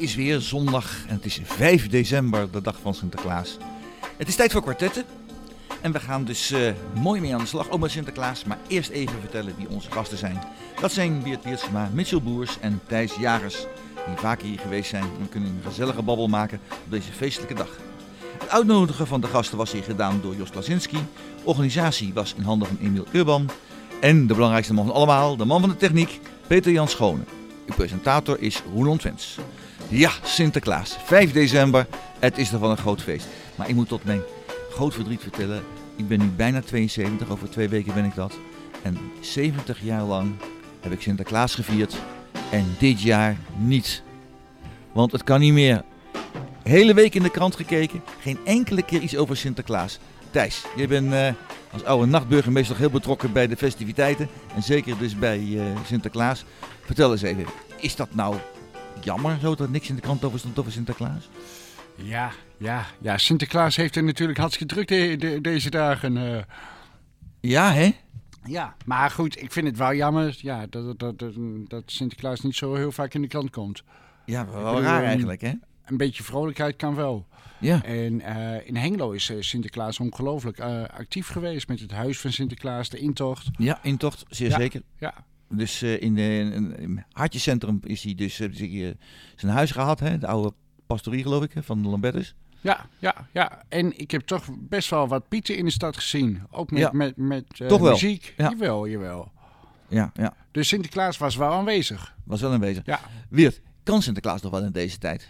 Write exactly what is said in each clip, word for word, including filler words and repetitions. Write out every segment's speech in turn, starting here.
is weer zondag en het is vijf december, de dag van Sinterklaas. Het is tijd voor kwartetten. En we gaan dus uh, mooi mee aan de slag, ook met Sinterklaas. Maar eerst even vertellen wie onze gasten zijn. Dat zijn Weert Wiertsma, Mitchell Boers en Thijs Jagers. Die vaker hier geweest zijn en kunnen een gezellige babbel maken op deze feestelijke dag. Het uitnodigen van de gasten was hier gedaan door Jos Klasinski. De organisatie was in handen van Emiel Urban. En de belangrijkste man van allemaal, de man van de techniek, Peter Jan Schone. Uw presentator is Roland Vens. Ja, Sinterklaas, vijf december. Het is toch wel een groot feest. Maar ik moet tot mijn groot verdriet vertellen. Ik ben nu bijna tweeënzeventig, over twee weken ben ik dat. En zeventig jaar lang heb ik Sinterklaas gevierd. En dit jaar niet. Want het kan niet meer. Hele week in de krant gekeken. Geen enkele keer iets over Sinterklaas. Thijs, je bent uh, als oude nachtburgemeester toch heel betrokken bij de festiviteiten. En zeker dus bij uh, Sinterklaas. Vertel eens even, is dat nou jammer zo dat niks in de krant over stond over Sinterklaas? Ja, ja, ja. Sinterklaas heeft er natuurlijk hartstikke druk de, de, deze dagen. Uh... Ja, hè? Ja, maar goed, ik vind het wel jammer ja, dat, dat, dat, dat Sinterklaas niet zo heel vaak in de krant komt. Ja, wel bedoel, raar eigenlijk, hè? Een beetje vrolijkheid kan wel. Ja. En uh, in Hengelo is uh, Sinterklaas ongelooflijk uh, actief geweest met het huis van Sinterklaas, de intocht. Ja, intocht, zeer ja. zeker. Ja. Dus uh, in, de, in, in het Hartjecentrum is hij dus uh, zijn huis gehad, hè? De oude pastorie geloof ik, van de Lambertus. Ja, ja, ja. En ik heb toch best wel wat pieten in de stad gezien. Ook met, ja. met, met uh, toch wel. muziek. Ja. Jawel, jawel. Ja, ja. Dus Sinterklaas was wel aanwezig. Was wel aanwezig. Ja. Weert, kan Sinterklaas nog wel in deze tijd?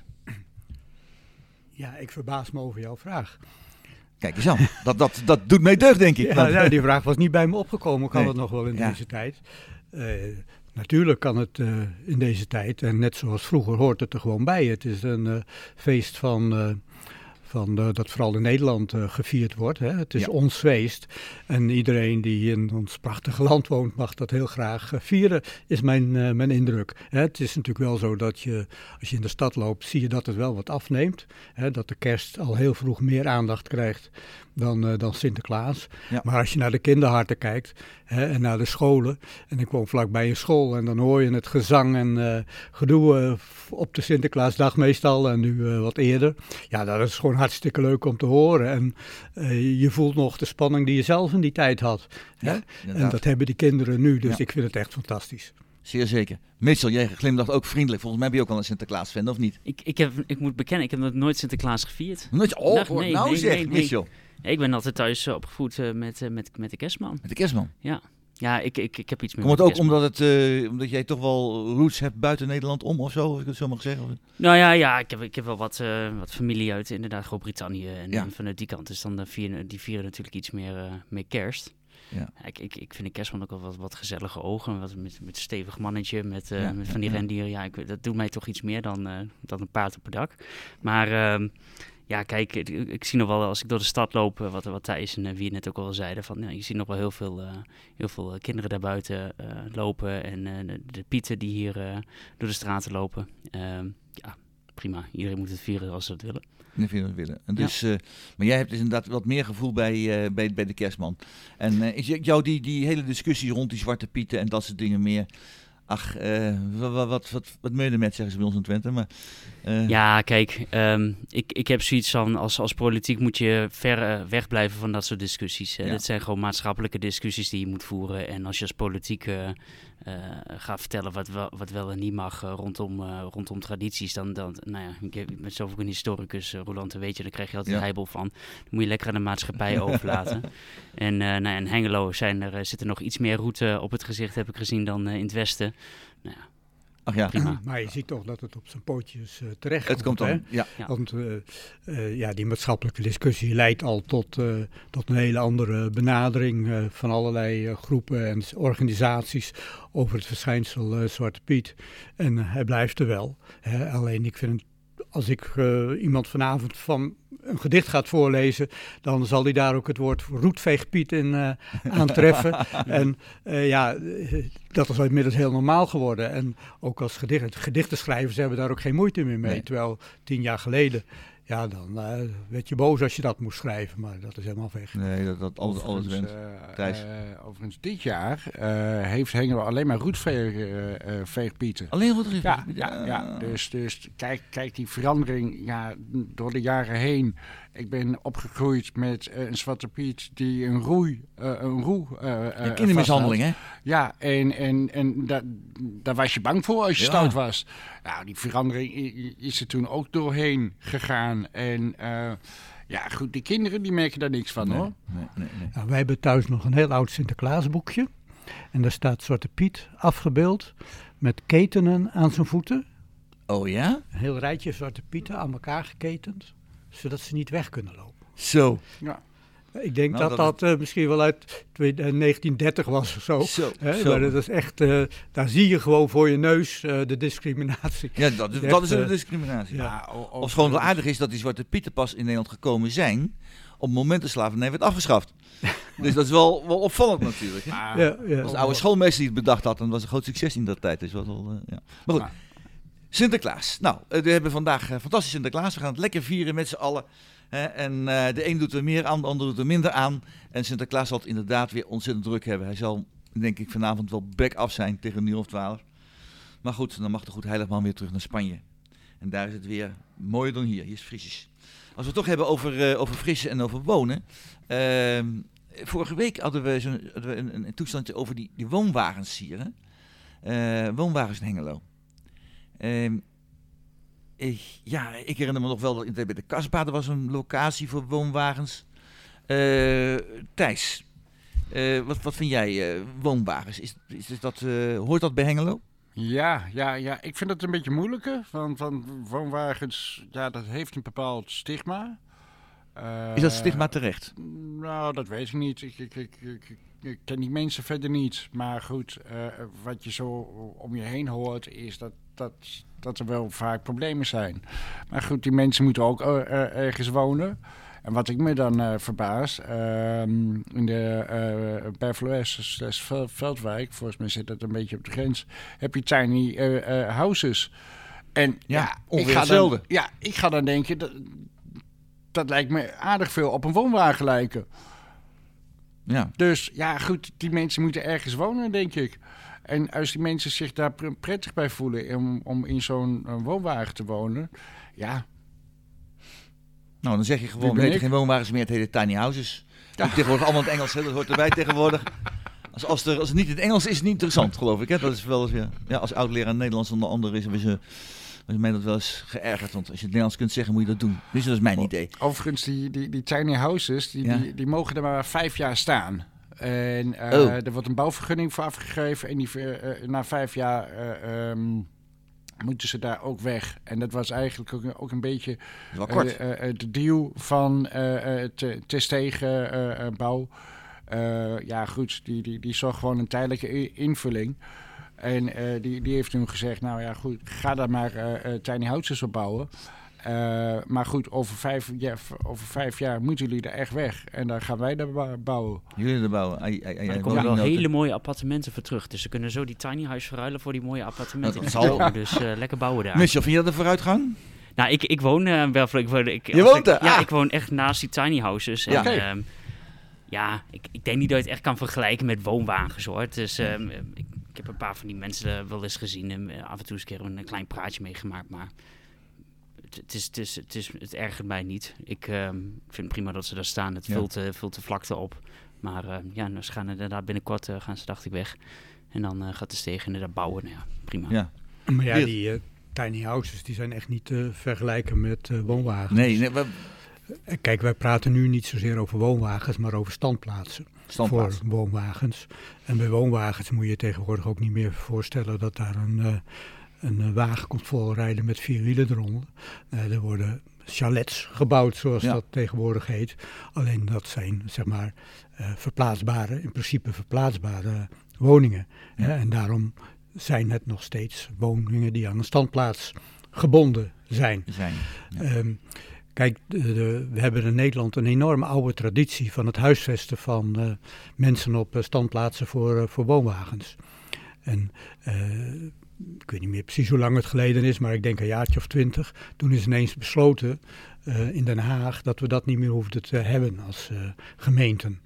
Ja, ik verbaas me over jouw vraag. Kijk eens aan. dat, dat, dat doet mij deugd, denk ik. Ja, nou, die vraag was niet bij me opgekomen. Kan nee. het nog wel in ja. deze tijd? Uh, natuurlijk kan het uh, in deze tijd. En net zoals vroeger hoort het er gewoon bij. Het is een uh, feest van... Uh, Van, uh, dat vooral in Nederland uh, gevierd wordt. Hè. Het is ja. ons feest. En iedereen die in ons prachtige land woont mag dat heel graag uh, vieren, is mijn, uh, mijn indruk. Hè. Het is natuurlijk wel zo dat je, als je in de stad loopt, zie je dat het wel wat afneemt. Hè. Dat de kerst al heel vroeg meer aandacht krijgt dan, uh, dan Sinterklaas. Ja. Maar als je naar de kinderharten kijkt hè, en naar de scholen. En ik woon vlakbij een school en dan hoor je het gezang en uh, gedoe uh, op de Sinterklaasdag meestal. En nu uh, wat eerder. Ja, dat is gewoon hartstikke leuk om te horen. En uh, je voelt nog de spanning die je zelf in die tijd had. Hè? Ja, en dat hebben die kinderen nu, dus ja. ik vind het echt fantastisch. Zeer zeker. Mitchell, jij glimlacht ook vriendelijk. Volgens mij ben je ook wel een Sinterklaas-fan, of niet? Ik, ik, heb, ik moet bekennen, ik heb nog nooit Sinterklaas gevierd. Nooit? Oh, Dag, nee, nou nee, zeg, nee, Mitchell. Nee. Ik ben altijd thuis uh, opgevoed uh, met, uh, met, met de kerstman. Met de kerstman? Ja. Ja, ik, ik, ik heb iets meer Komt met het ook omdat, het, uh, omdat jij toch wel roots hebt buiten Nederland om of zo, of ik het zo mag zeggen? Of... Nou ja, ja ik, heb, ik heb wel wat, uh, wat familie uit inderdaad Groot-Brittannië en, ja. en vanuit die kant. Dus dan uh, vieren, die vieren natuurlijk iets meer, uh, meer kerst. Ja. Ja, ik, ik, ik vind de kerstman ook wel wat, wat gezellige ogen. Wat, met, met een stevig mannetje, met, uh, ja, met van die ja, rendieren. Ja, ik, dat doet mij toch iets meer dan, uh, dan een paard op het dak. Maar... Uh, Ja, kijk, ik, ik zie nog wel als ik door de stad loop, wat, wat Thijs en uh, wie net ook al zeiden, van ja, je ziet nog wel heel veel, uh, heel veel kinderen daarbuiten uh, lopen en uh, de, de pieten die hier uh, door de straten lopen. Uh, ja, prima. Iedereen moet het vieren als ze het willen. Iedereen willen. En dus, ja. uh, maar jij hebt dus inderdaad wat meer gevoel bij, uh, bij, bij de kerstman. En uh, is jou die, die hele discussie rond die zwarte pieten en dat soort dingen meer... Ach, uh, wat, wat, wat, wat meen je met, zeggen ze bij ons in Twente. Maar, uh... Ja, kijk, um, ik, ik heb zoiets van, als, als politiek moet je ver uh, wegblijven van dat soort discussies. Uh, ja. Dat zijn gewoon maatschappelijke discussies die je moet voeren. En als je als politiek uh, uh, gaat vertellen wat wel, wat wel en niet mag uh, rondom, uh, rondom tradities, dan, dan nou ja, ik ben zelf ook een historicus, uh, Roland, weet je, daar krijg je altijd ja. heibel van. Dan moet je lekker aan de maatschappij overlaten. En uh, nou ja, in Hengelo zijn er, uh, zit er nog iets meer route op het gezicht, heb ik gezien, dan uh, in het westen. Nou ja, Ach ja. prima. Maar je ziet toch dat het op zijn pootjes uh, terecht het komt. komt, dan, hè? Ja. Ja. Want uh, uh, ja, die maatschappelijke discussie leidt al tot, uh, tot een hele andere benadering uh, van allerlei uh, groepen en organisaties over het verschijnsel uh, Zwarte Piet. En uh, hij blijft er wel. Hè? Alleen ik vind het, als ik uh, iemand vanavond van een gedicht gaat voorlezen, dan zal hij daar ook het woord roetveegpiet in uh, aantreffen. En uh, ja, dat is inmiddels heel normaal geworden. En ook als gedicht, gedichtenschrijvers hebben daar ook geen moeite meer mee. Nee. Terwijl tien jaar geleden, ja, dan uh, werd je boos als je dat moest schrijven, maar dat is helemaal weg. Nee, dat, dat alles, alles went. Uh, uh, overigens, dit jaar uh, heeft Hengelo alleen maar roetveegpieten. Uh, alleen roetveegpieten? Ja, ja, ja. Dus, dus kijk, kijk die verandering ja, door de jaren heen. Ik ben opgegroeid met uh, een Zwarte Piet die een roei, uh, een roe... Uh, ja, kindermishandeling, hè? Ja, en, en, en da, daar was je bang voor als je ja. stout was. Nou, die verandering is er toen ook doorheen gegaan. En uh, ja, goed, die kinderen die merken daar niks van, nee, hoor. Nee, nee, nee. Nou, wij hebben thuis nog een heel oud Sinterklaasboekje. En daar staat Zwarte Piet afgebeeld met ketenen aan zijn voeten. Oh ja? Een heel rijtje Zwarte Pieten aan elkaar geketend, zodat ze niet weg kunnen lopen. Zo. Ja. Ik denk nou, dat dat, dat uh, misschien wel uit negentien dertig was of zo. Zo, hè? zo. Maar dat is echt, uh, daar zie je gewoon voor je neus uh, de discriminatie. Ja, dat, dat, echt, dat is een uh, discriminatie. Ja. Ja, of het gewoon wel aardig is dat die Zwarte Pieten pas in Nederland gekomen zijn op het moment de slavernij werd afgeschaft. Dus dat is wel, wel opvallend natuurlijk. Hè? Ah, ja, ja. Dat was de oude schoolmeester die het bedacht had en dat was een groot succes in dat tijd. Dus was wel, uh, ja. Maar goed, Sinterklaas. Nou, we hebben vandaag uh, fantastisch Sinterklaas. We gaan het lekker vieren met z'n allen. He, en uh, de een doet er meer aan, de ander doet er minder aan. En Sinterklaas zal het inderdaad weer ontzettend druk hebben. Hij zal, denk ik, vanavond wel back af zijn tegen een uur of twaalf. Maar goed, dan mag de goed heiligman weer terug naar Spanje. En daar is het weer mooier dan hier. Hier is Friesisch. Als we het toch hebben over, uh, over frissen en over wonen. Uh, vorige week hadden we, zo'n, hadden we een, een, een toestandje over die, die woonwagens hier. Hè? Uh, woonwagens in Hengelo. Uh, Ik, ja, ik herinner me nog wel dat bij de Kasbah er was een locatie voor woonwagens. Uh, Thijs, uh, wat, wat vind jij uh, woonwagens? Is, is, is dat, uh, hoort dat bij Hengelo? Ja, ja, ja, ik vind het een beetje moeilijker. Van, van woonwagens, ja, dat heeft een bepaald stigma. Uh, is dat stigma terecht? Nou, dat weet ik niet. Ik, ik, ik, ik, ik ken die mensen verder niet. Maar goed, uh, wat je zo om je heen hoort is dat, dat, dat er wel vaak problemen zijn. Maar goed, die mensen moeten ook uh, uh, ergens wonen. En wat ik me dan uh, verbaas, uh, in de uh, Berveloes, Veldwijk, volgens mij zit dat een beetje op de grens, heb je tiny uh, uh, houses. En ja, ja ongeveer ik ga hetzelfde. Dan, ja, ik ga dan denken, dat, dat lijkt me aardig veel op een woonwagen lijken. Ja. Dus ja, goed, die mensen moeten ergens wonen, denk ik. En als die mensen zich daar prettig bij voelen om, om in zo'n uh, woonwagen te wonen, ja. Nou, dan zeg je gewoon, het heet geen woonwagens meer, het heet tiny houses. Ja. Tegenwoordig allemaal in het Engels, hè? Dat hoort erbij tegenwoordig. Als, als, er, als het niet in het Engels is, is het niet interessant, geloof ik. Hè? Dat is wel eens, ja, ja, als oud-leraar Nederlands onder andere is, hebben ze, hebben mij dat wel eens geërgerd. Want als je het Nederlands kunt zeggen, moet je dat doen. Dus dat is mijn idee. Overigens, die, die, die tiny houses, die, ja. die, die mogen er maar vijf jaar staan. En uh, oh. er wordt een bouwvergunning voor afgegeven. En die, uh, na vijf jaar uh, um, moeten ze daar ook weg. En dat was eigenlijk ook, ook een beetje wel kort. Uh, uh, de deal van uh, uh, te, Testegen uh, uh, bouw. Uh, ja, goed, die, die, die zorgt gewoon een tijdelijke invulling. En uh, die, die heeft toen gezegd, nou ja, goed, ga daar maar uh, uh, tiny houses op bouwen. Uh, maar goed, over vijf, ja, over vijf jaar moeten jullie er echt weg. En dan gaan wij daar bouwen. Jullie er bouwen? Ai, ai, ai, er komen wel hele mooie appartementen voor terug. Dus ze kunnen zo die tiny house verruilen voor die mooie appartementen. Dat zal. Dus uh, lekker bouwen daar. Michel, vind je dat een vooruitgang? Nou, ik, ik woon uh, wel... Ik woon, ik, je woont ik, er? Ja, ah. ik woon echt naast die tiny houses. Ja, en, okay. um, ja ik, ik denk niet dat je het echt kan vergelijken met woonwagens, hoor. Dus um, ik, ik heb een paar van die mensen wel eens gezien. En uh, af en toe eens een keer een klein praatje meegemaakt, maar... Het, is, het, is, het, is, het ergert mij niet. Ik uh, vind het prima dat ze daar staan. Het ja. vult, uh, vult de vlakte op. Maar uh, ja, nou, ze gaan inderdaad binnenkort uh, gaan ze, dacht ik, weg. En dan uh, gaat de steeg inderdaad bouwen. Nou ja, prima. Ja. Maar ja, die uh, tiny houses die zijn echt niet te vergelijken met uh, woonwagens. Nee, nee we... Kijk, wij praten nu niet zozeer over woonwagens, maar over standplaatsen. Standplaats. Voor woonwagens. En bij woonwagens moet je je tegenwoordig ook niet meer voorstellen dat daar een... Uh, Een wagen komt volrijden met vier wielen eronder. Uh, er worden chalets gebouwd, zoals ja. dat tegenwoordig heet. Alleen dat zijn, zeg maar, uh, verplaatsbare, in principe verplaatsbare woningen. Ja. Uh, en daarom zijn het nog steeds woningen die aan een standplaats gebonden zijn. zijn ja. um, kijk, de, de, we hebben in Nederland een enorme oude traditie van het huisvesten van uh, mensen op uh, standplaatsen voor, uh, voor woonwagens. En... Uh, Ik weet niet meer precies hoe lang het geleden is, maar ik denk een jaartje of twintig. Toen is ineens besloten uh, in Den Haag, dat we dat niet meer hoefden te hebben als uh, gemeenten.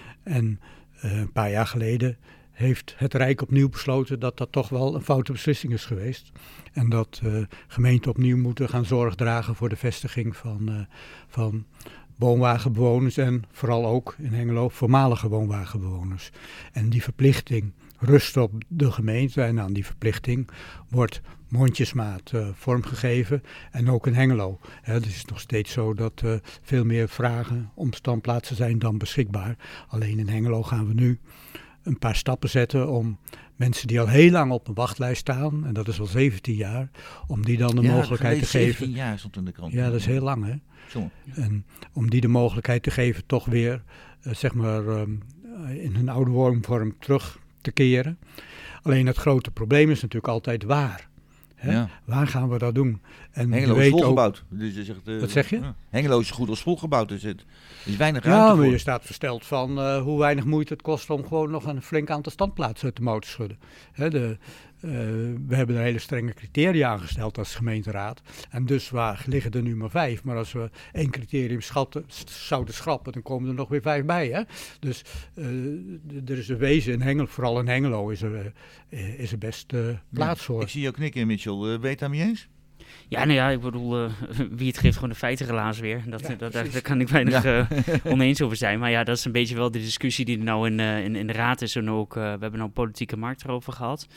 En uh, een paar jaar geleden heeft het Rijk opnieuw besloten dat dat toch wel een foute beslissing is geweest. En dat uh, gemeenten opnieuw moeten gaan zorg dragen voor de vestiging van, uh, van woonwagenbewoners en vooral ook in Hengelo voormalige woonwagenbewoners. En die verplichting rust op de gemeente en aan die verplichting wordt mondjesmaat uh, vormgegeven. En ook in Hengelo. Hè, het is nog steeds zo dat uh, veel meer vragen om standplaatsen zijn dan beschikbaar. Alleen in Hengelo gaan we nu een paar stappen zetten om mensen die al heel lang op een wachtlijst staan, en dat is al zeventien jaar, om die dan de ja, mogelijkheid te geven. zeventien jaar stond in de krant. Ja, dat is heel lang, hè? Zo. En om die de mogelijkheid te geven toch weer, uh, zeg maar, um, in hun oude woonvorm terug te keren. Alleen het grote probleem is natuurlijk altijd waar. Hè? Ja. Waar gaan we dat doen? En Hengelo is volgebouwd. Dus je zegt, uh, wat zeg je? Ja. Hengelo is goed als volgebouwd. Dus het is weinig ruimte ja, voor. maar je staat versteld van uh, hoe weinig moeite het kost om gewoon nog een flink aantal standplaatsen uit de mouw te schudden. Hè, de, uh, we hebben er hele strenge criteria aangesteld als gemeenteraad. En dus waar liggen er nu maar vijf. Maar als we één criterium schatten, zouden schrappen, dan komen er nog weer vijf bij. Hè? Dus uh, d- er is een wezen in Hengelo, vooral in Hengelo, is er, uh, is er best uh, plaats voor. Ik zie jou knikken, Mitchell. Uh, ben je het daarmee eens? Ja, nou ja, ik bedoel, uh, wie het geeft gewoon de feiten helaas weer. Dat, Ja, dat, daar, daar kan ik weinig ja. uh, oneens over zijn. Maar ja, dat is een beetje wel de discussie die er nou in, uh, in, in de raad is. En ook, uh, we hebben nou politieke markt erover gehad.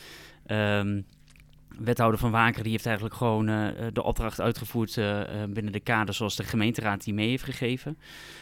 Um, wethouder Van Wakeren die heeft eigenlijk gewoon uh, de opdracht uitgevoerd uh, binnen de kader zoals de gemeenteraad die mee heeft gegeven.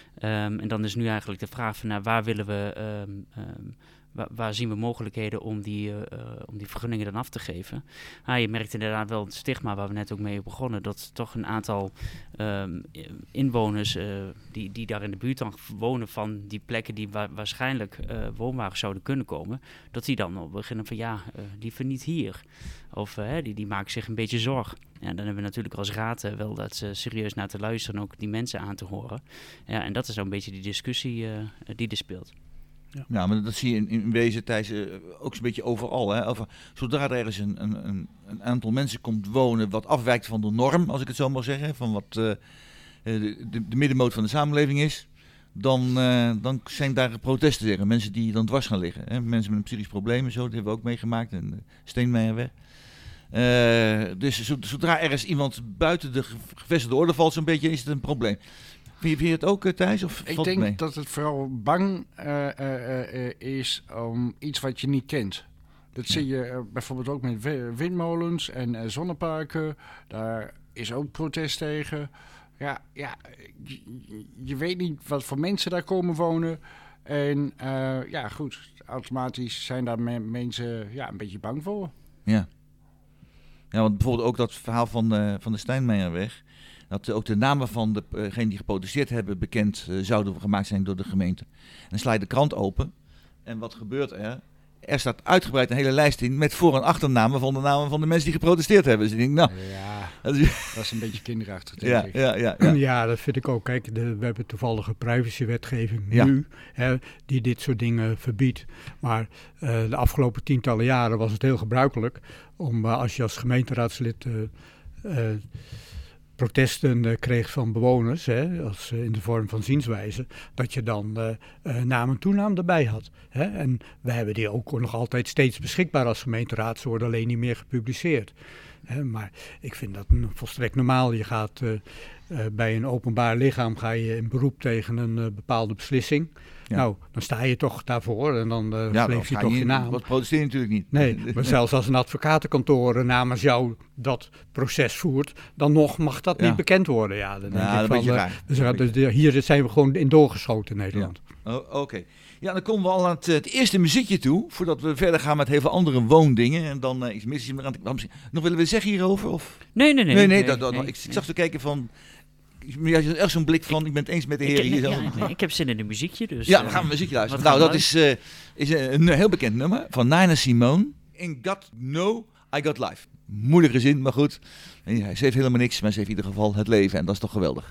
Um, en dan is nu eigenlijk de vraag van nou, waar willen we... Um, um, Waar, waar zien we mogelijkheden om die, uh, om die vergunningen dan af te geven? Ah, je merkt inderdaad wel het stigma waar we net ook mee begonnen. Dat toch een aantal um, inwoners uh, die, die daar in de buurt dan wonen van die plekken die wa- waarschijnlijk uh, woonwagens zouden kunnen komen. Dat die dan al beginnen van ja, uh, liever niet hier. Of uh, die, die maken zich een beetje zorg. Ja, dan hebben we natuurlijk als raad uh, wel dat uh, serieus naar te luisteren en ook die mensen aan te horen. Ja, en dat is zo'n beetje die discussie uh, die er speelt. Ja. ja, maar dat zie je in, in wezen Thijs uh, ook zo'n beetje overal. Hè? Over, zodra er ergens een, een, een aantal mensen komt wonen wat afwijkt van de norm, als ik het zo mag zeggen, van wat uh, de, de, de middenmoot van de samenleving is, dan, uh, dan zijn daar protesten tegen. Mensen die dan dwars gaan liggen. Hè? Mensen met een psychisch probleem, zo, dat hebben we ook meegemaakt. En uh, Steenmeijerweg. Uh, dus zodra ergens iemand buiten de gevestigde orde valt, zo'n beetje, is het een probleem. Vind je het ook, Thijs? Of ik valt denk mee? dat het vooral bang uh, uh, uh, is om iets wat je niet kent. Dat ja. zie je uh, bijvoorbeeld ook met windmolens en uh, zonneparken. Daar is ook protest tegen. Ja, ja je, je weet niet wat voor mensen daar komen wonen. En uh, ja, goed, automatisch zijn daar me- mensen ja, een beetje bang voor. Ja. Ja, want bijvoorbeeld ook dat verhaal van, uh, van de Steenmeijerweg. Dat ook de namen van degenen uh die geprotesteerd hebben bekend uh, zouden gemaakt zijn door de gemeente. En dan sla je de krant open. En wat gebeurt er? Er staat uitgebreid een hele lijst in met voor- en achternamen van de namen van de mensen die geprotesteerd hebben. Dus ik denk, nou... Ja, dat is, dat is een beetje kinderachtig, denk ja, ik. Ja, ja, ja. ja, dat vind ik ook. Kijk, de, we hebben toevallige privacywetgeving ja. nu, hè, die dit soort dingen verbiedt. Maar uh, de afgelopen tientallen jaren was het heel gebruikelijk om uh, als je als gemeenteraadslid... Uh, uh, protesten uh, kreeg van bewoners, hè, als, uh, in de vorm van zienswijze, dat je dan uh, uh, naam en toenaam erbij had. Hè? En we hebben die ook nog altijd steeds beschikbaar als gemeenteraad, ze worden alleen niet meer gepubliceerd. Hè? Maar ik vind dat n- volstrekt normaal. Je gaat uh, uh, bij een openbaar lichaam ga je in beroep tegen een uh, bepaalde beslissing. Ja. Nou, dan sta je toch daarvoor en dan uh, ja, leef je toch je, je naam. Wat protesteer je natuurlijk niet. Nee, maar zelfs als een advocatenkantoor namens jou dat proces voert, dan nog mag dat ja. niet bekend worden. Ja, dan denk ja, ik dat van, uh, dus, uh, dus de, hier zijn we gewoon in doorgeschoten in Nederland. Ja. Oh, Oké. Okay. Ja, dan komen we al aan het, het eerste muziekje toe, voordat we verder gaan met heel veel andere woondingen. En dan uh, iets mis. Nog willen we zeggen hierover? Of? Nee, nee, nee. nee, nee, nee, dat, dat, nee ik, nee. ik zag te kijken van... Ja, je echt zo'n blik van, ik ben het eens met de heren ik, hier. Nee, zo. ja, nee, ik heb zin in een muziekje, dus... Ja, dan gaan we muziekje luisteren. Nou, dat is, uh, is een heel bekend nummer van Nina Simone. In God Know I Got Life. Moeilijke zin, maar goed. Ze heeft helemaal niks, maar ze heeft in ieder geval het leven. En dat is toch geweldig.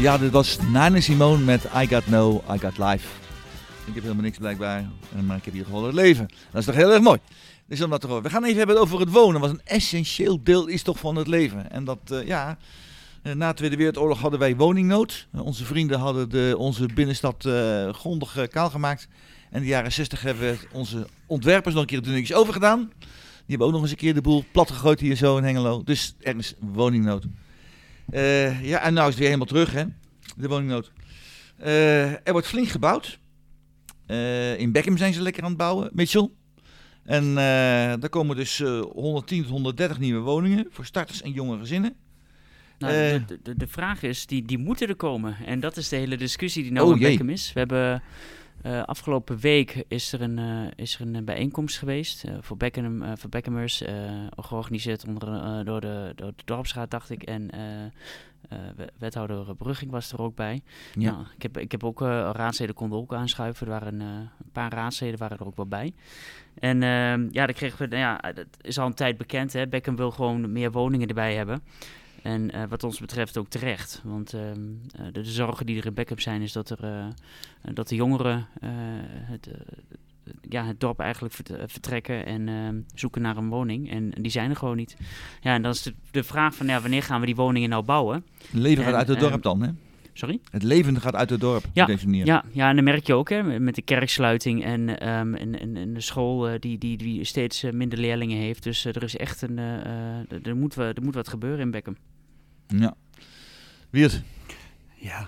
Ja, dit was Nina Simone met I Got No, I Got Life. Ik heb helemaal niks blijkbaar, maar ik heb hier gewoon het leven. Dat is toch heel erg mooi. Dus om dat te horen. We gaan even hebben over het wonen, wat een essentieel deel is toch van het leven. En dat, uh, ja, na de Tweede Wereldoorlog hadden wij woningnood. Onze vrienden hadden de, onze binnenstad uh, grondig uh, kaal gemaakt. En in de jaren zestig hebben we onze ontwerpers nog een keer de dingetjes overgedaan. Die hebben ook nog eens een keer de boel plat gegooid hier zo in Hengelo. Dus er is woningnood. Uh, ja, en nou is het weer helemaal terug, hè, de woningnood. Uh, er wordt flink gebouwd. Uh, in Beckham zijn ze lekker aan het bouwen, Mitchell. En uh, daar komen dus uh, honderdtien tot honderddertig nieuwe woningen voor starters en jonge gezinnen. Nou, Uh, de, de, de vraag is, die, die moeten er komen. En dat is de hele discussie die nou Oh, in jee. Beckham is. We hebben uh, afgelopen week is er een, uh, is er een bijeenkomst geweest uh, voor, Beckham, uh, voor Beckhamers. Uh, georganiseerd onder, uh, door, de, door de dorpsraad, dacht ik. En uh, uh, wethouder Brugging was er ook bij. Ja. Nou, ik, heb, ik heb ook, uh, raadsleden konden ook aanschuiven. Er waren uh, een paar raadsleden waren er ook wel bij. En uh, ja, dan kregen we, nou ja, dat is al een tijd bekend. Hè? Beckham wil gewoon meer woningen erbij hebben. En uh, wat ons betreft ook terecht. Want uh, de, de zorgen die er in Beckham zijn, is dat, er, uh, dat de jongeren uh, het, uh, ja, het dorp eigenlijk vertrekken en uh, zoeken naar een woning. En, en die zijn er gewoon niet. Ja, en dan is de, de vraag van, ja, wanneer gaan we die woningen nou bouwen? Het leven En, gaat uit het uh, dorp dan, hè? Sorry? Het leven gaat uit het dorp Ja, op deze manier. Ja, ja, en dan merk je ook, hè, met de kerksluiting en, um, en, en, en de school uh, die, die, die steeds uh, minder leerlingen heeft. Dus uh, er is echt een, uh, uh, er, moet, er moet wat gebeuren in Beckham. Ja. Wiert? Ja,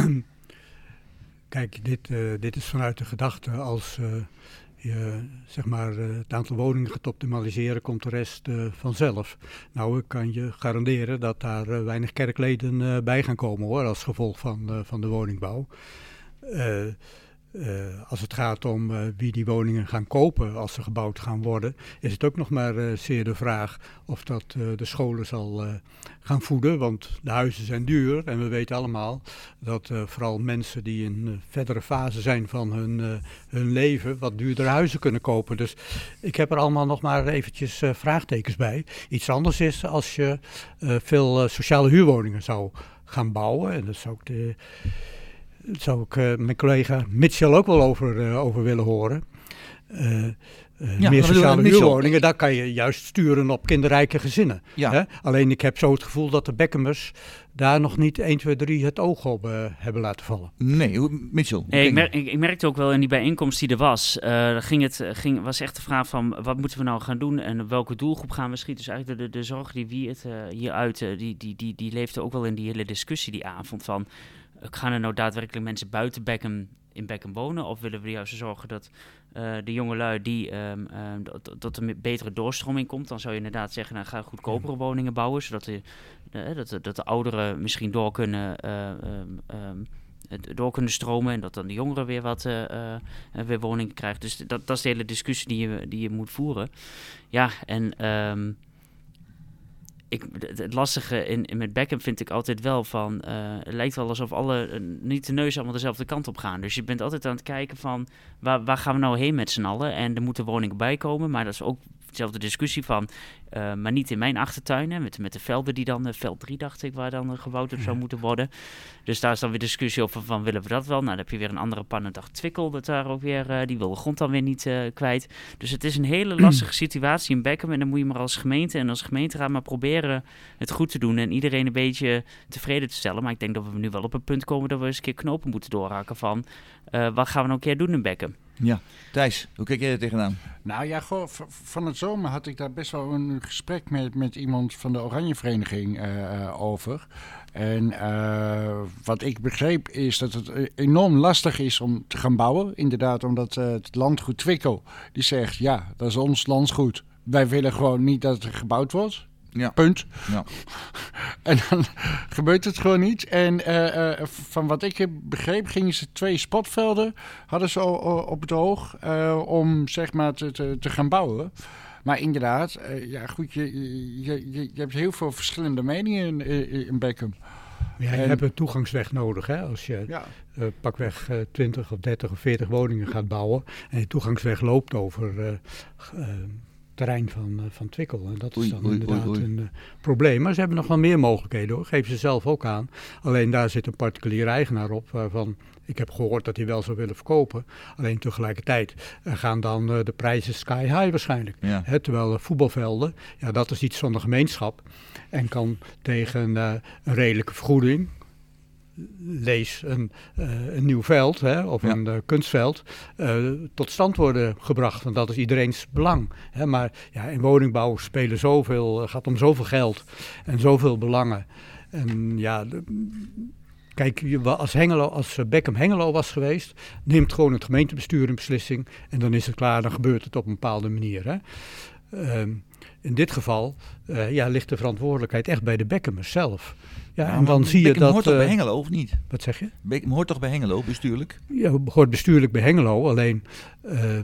kijk, dit, uh, dit is vanuit de gedachte als uh, je zeg maar, uh, het aantal woningen gaat optimaliseren, komt de rest uh, vanzelf. Nou, ik kan je garanderen dat daar uh, weinig kerkleden uh, bij gaan komen, hoor, als gevolg van, uh, van de woningbouw. Uh, Uh, als het gaat om uh, wie die woningen gaan kopen als ze gebouwd gaan worden, is het ook nog maar uh, zeer de vraag of dat uh, de scholen zal uh, gaan voeden. Want de huizen zijn duur en we weten allemaal dat uh, vooral mensen die in een verdere fase zijn van hun, uh, hun leven wat duurdere huizen kunnen kopen. Dus ik heb er allemaal nog maar eventjes uh, vraagtekens bij. Iets anders is als je uh, veel uh, sociale huurwoningen zou gaan bouwen. En dat zou ik de... Daar zou ik uh, mijn collega Mitchell ook wel over, uh, over willen horen. Uh, uh, Ja, meer sociale Mitchell. huurwoningen, daar kan je juist sturen op kinderrijke gezinnen. Ja. Hè? Alleen ik heb zo het gevoel dat de Beckhamers daar nog niet één, twee, drie het oog op uh, hebben laten vallen. Nee, hoe- Mitchell. hoe Nee, ik, ging mer- ik, ik merkte ook wel in die bijeenkomst die er was, uh, ging het, ging, was echt de vraag van wat moeten we nou gaan doen en op welke doelgroep gaan we schieten. Dus eigenlijk de, de, de zorg die wie het uh, hieruit, uh, die, die, die, die leefde ook wel in die hele discussie die avond van, uh, gaan er nou daadwerkelijk mensen buiten Beckham in Beckham wonen? Of willen we juist zorgen dat uh, de jongelui die um, um, dat, dat er een betere doorstroming komt? Dan zou je inderdaad zeggen, nou, ga goedkopere woningen bouwen, zodat de, de, dat, de, dat de ouderen misschien door kunnen, uh, um, um, door kunnen stromen en dat dan de jongeren weer wat uh, uh, weer woningen krijgen. Dus dat, dat is de hele discussie die je, die je moet voeren. Ja, en um, Ik, het, het lastige in, in met Beckham vind ik altijd wel van, uh, het lijkt wel alsof alle, uh, niet de neus allemaal dezelfde kant op gaan. Dus je bent altijd aan het kijken van, waar, waar gaan we nou heen met z'n allen? En er moeten woningen bij komen, maar dat is ook dezelfde discussie van, uh, maar niet in mijn achtertuin, hè, met, met de velden die dan, uh, veld drie dacht ik, waar dan uh, gebouwd op zou moeten worden. Dus daar is dan weer discussie over van, willen we dat wel? Nou, dan heb je weer een andere pannendag Twikkel, dat daar ook weer, uh, die wil de grond dan weer niet uh, kwijt. Dus het is een hele lastige situatie in Beckham en dan moet je maar als gemeente en als gemeenteraad maar proberen het goed te doen en iedereen een beetje tevreden te stellen. Maar ik denk dat we nu wel op een punt komen dat we eens een keer knopen moeten doorhakken van, uh, wat gaan we nou een keer doen in Beckham? Ja, Thijs, hoe kijk jij er tegenaan? Nou ja, goh, v- van het zomer had ik daar best wel een gesprek met, met iemand van de Oranje Vereniging uh, over. En uh, wat ik begreep is dat het enorm lastig is om te gaan bouwen. Inderdaad, omdat uh, het landgoed Twickel, die zegt, ja, dat is ons landgoed. Wij willen gewoon niet dat er gebouwd wordt. Ja. Punt. Ja. En dan gebeurt het gewoon niet. En uh, uh, van wat ik heb begrepen gingen ze twee spotvelden hadden ze al, uh, op het oog uh, om zeg maar te, te, te gaan bouwen. Maar inderdaad, uh, ja goed, je, je, je, je hebt heel veel verschillende meningen in, in Beckham. Ja, je En- hebt een toegangsweg nodig, hè? Als je Ja. uh, pakweg uh, twintig of dertig of veertig woningen gaat bouwen en die toegangsweg loopt over uh, uh, terrein van, uh, van Twickel. En dat oei, is dan oei, inderdaad oei, oei. een uh, probleem. Maar ze hebben nog wel meer mogelijkheden hoor. Geven ze zelf ook aan. Alleen daar zit een particuliere eigenaar op waarvan ik heb gehoord dat hij wel zou willen verkopen. Alleen tegelijkertijd uh, gaan dan uh, de prijzen sky high waarschijnlijk. Ja. Hè, terwijl uh, voetbalvelden, ja, dat is iets van de gemeenschap. En kan tegen uh, een redelijke vergoeding, lees een, uh, een nieuw veld hè, of ja. een uh, kunstveld, uh, tot stand worden gebracht. Want dat is iedereens belang. Hè. Maar ja, in woningbouw spelen zoveel, uh, gaat om zoveel geld en zoveel belangen. En ja, de, kijk, als, Hengelo, als Beckham Hengelo was geweest, neemt gewoon het gemeentebestuur een beslissing en dan is het klaar, dan gebeurt het op een bepaalde manier. Hè. Um, in dit geval uh, ja, ligt de verantwoordelijkheid echt bij de Beckhamers zelf. Ja, ja, en dan zie je Beckham dat... hoort toch uh, bij Hengelo, of niet? Wat zeg je? Beckham hoort toch bij Hengelo, bestuurlijk? Ja, hoort bestuurlijk bij Hengelo. Alleen uh, uh,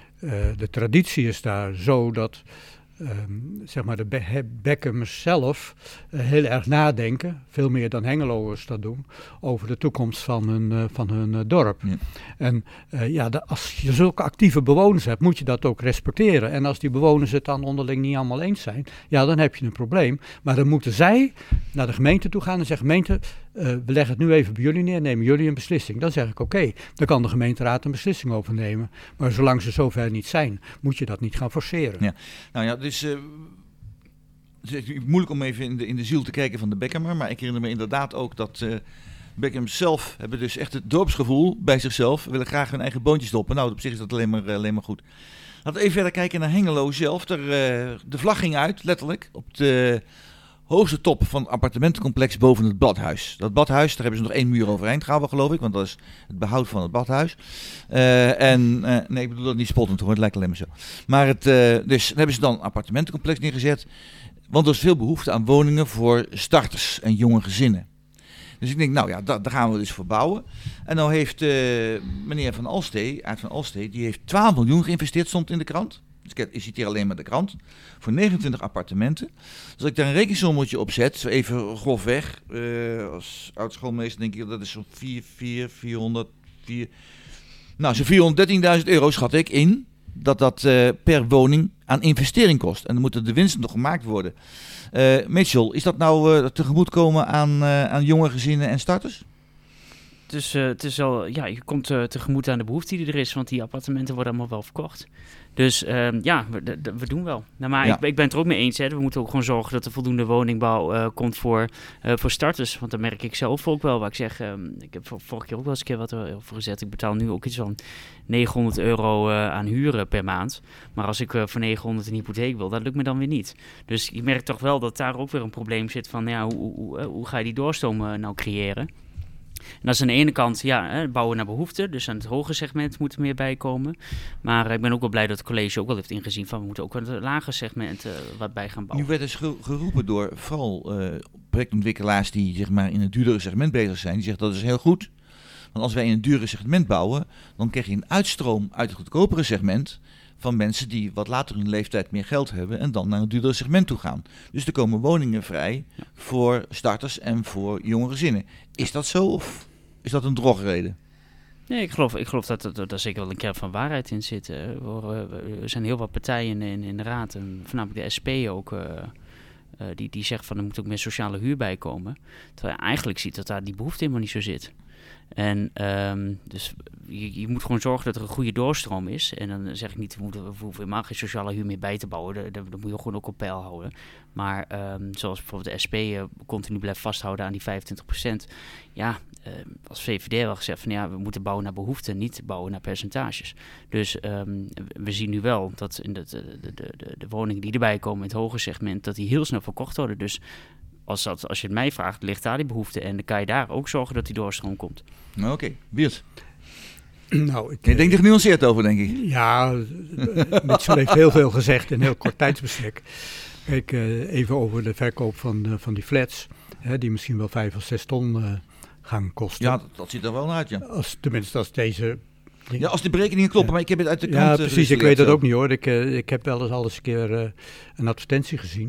de traditie is daar zo dat um, zeg maar de Be- Beckhamers zelf uh, heel erg nadenken, veel meer dan Hengeloers dat doen, over de toekomst van hun, uh, van hun uh, dorp. Ja. En uh, ja, de, als je zulke actieve bewoners hebt, moet je dat ook respecteren. En als die bewoners het dan onderling niet allemaal eens zijn, ja, dan heb je een probleem. Maar dan moeten zij naar de gemeente toe gaan en zeggen, gemeente, uh, we leggen het nu even bij jullie neer, nemen jullie een beslissing. Dan zeg ik, oké, okay, dan kan de gemeenteraad een beslissing overnemen. Maar zolang ze zover niet zijn, moet je dat niet gaan forceren. Ja. Nou ja, dus... Uh... Het is moeilijk om even in de, in de ziel te kijken van de Beckhamer, maar ik herinner me inderdaad ook dat uh, Beckham zelf hebben dus echt het dorpsgevoel bij zichzelf, willen graag hun eigen boontjes stoppen. Nou, op zich is dat alleen maar, uh, alleen maar goed. Laten we even verder kijken naar Hengelo zelf. Er, uh, de vlag ging uit, letterlijk, op de hoogste top van het appartementencomplex boven het badhuis. Dat badhuis, daar hebben ze nog één muur overeind gehouden, geloof ik, want dat is het behoud van het badhuis. Uh, en, uh, nee, ik bedoel dat niet spottend hoor, het lijkt alleen maar zo. Maar het, uh, dus hebben ze dan een appartementencomplex neergezet. Want er is veel behoefte aan woningen voor starters en jonge gezinnen. Dus ik denk, nou ja, da- daar gaan we dus voor bouwen. En nou heeft uh, meneer Van Alstee, Aart van Alstee, die heeft twaalf miljoen geïnvesteerd, stond in de krant. Dus ik, ik citeer alleen maar de krant. Voor negenentwintig appartementen. Dus als ik daar een rekensommetje op zet, zo even grofweg. Uh, als oud-schoolmeester denk ik, dat is zo'n vier, vier, vierhonderd, vier... Nou, zo'n vierhonderddertienduizend euro schat ik in. Dat dat uh, per woning aan investering kost. En dan moeten de winsten nog gemaakt worden. Uh, Mitchell, is dat nou uh, tegemoetkomen aan, uh, aan jonge gezinnen en starters? Het is, uh, het is al, ja, je komt uh, tegemoet aan de behoefte die er is, want die appartementen worden allemaal wel verkocht. Dus uh, ja, we, de, we doen wel. Nou, maar ja. ik, ik ben het er ook mee eens. Hè. We moeten ook gewoon zorgen dat er voldoende woningbouw uh, komt voor, uh, voor starters. Want dat merk ik zelf ook wel. Waar ik zeg, um, ik heb vorige keer ook wel eens een keer wat over gezet. Ik betaal nu ook iets van negenhonderd euro uh, aan huren per maand. Maar als ik uh, voor negenhonderd een hypotheek wil, dat lukt me dan weer niet. Dus je merkt toch wel dat daar ook weer een probleem zit van, ja, hoe, hoe, hoe, hoe ga je die doorstroom uh, nou creëren? En dat is aan de ene kant, ja, hè, bouwen naar behoefte. Dus aan het hoge segment moet er meer bij komen. Maar uh, ik ben ook wel blij dat het college ook wel heeft ingezien van we moeten ook aan het lage segment uh, wat bij gaan bouwen. Nu werd dus geroepen door vooral uh, projectontwikkelaars die zeg maar in het duurdere segment bezig zijn. Die zeggen dat is heel goed. Want als wij in een duurdere segment bouwen, dan krijg je een uitstroom uit het goedkopere segment van mensen die wat later in hun leeftijd meer geld hebben en dan naar een duurdere segment toe gaan. Dus er komen woningen vrij ja. voor starters en voor jonge gezinnen. Is dat zo of is dat een drogreden? Nee, ik geloof, ik geloof dat er, dat er zeker wel een kern van waarheid in zit. Er zijn heel wat partijen in, in de raad, en voornamelijk de S P ook, uh, uh, die, die zeggen van er moet ook meer sociale huur bij komen. Terwijl je eigenlijk ziet dat daar die behoefte helemaal niet zo zit. En um, dus je, je moet gewoon zorgen dat er een goede doorstroom is. En dan zeg ik niet, we, moeten, we hoeven helemaal geen sociale huur meer bij te bouwen. Dat, dat, dat moet je gewoon ook op peil houden. Maar um, zoals bijvoorbeeld de S P uh, continu blijft vasthouden aan die vijfentwintig procent. Ja, uh, als V V D wel gezegd van ja, we moeten bouwen naar behoefte, niet bouwen naar percentages. Dus um, we zien nu wel dat in de, de, de, de, de woningen die erbij komen in het hoge segment, dat die heel snel verkocht worden. Dus Als, dat, als je het mij vraagt, ligt daar die behoefte. En dan kan je daar ook zorgen dat die doorstroom komt. Oké, okay. Wiert. Nou, ik, je denkt er genuanceerd over, denk ik. Ja, Mitchell heeft heel veel gezegd in een heel kort tijdsbestek. Kijk, uh, even over de verkoop van, uh, van die flats. Hè, die misschien wel vijf of zes ton uh, gaan kosten. Ja, dat, dat ziet er wel uit, ja. Als, tenminste, als deze... Ja, als de berekeningen kloppen, ja. Maar ik heb het uit de krant... Ja, precies, ik weet dat ook niet hoor. Ik, uh, ik heb wel eens al eens een keer uh, een advertentie gezien.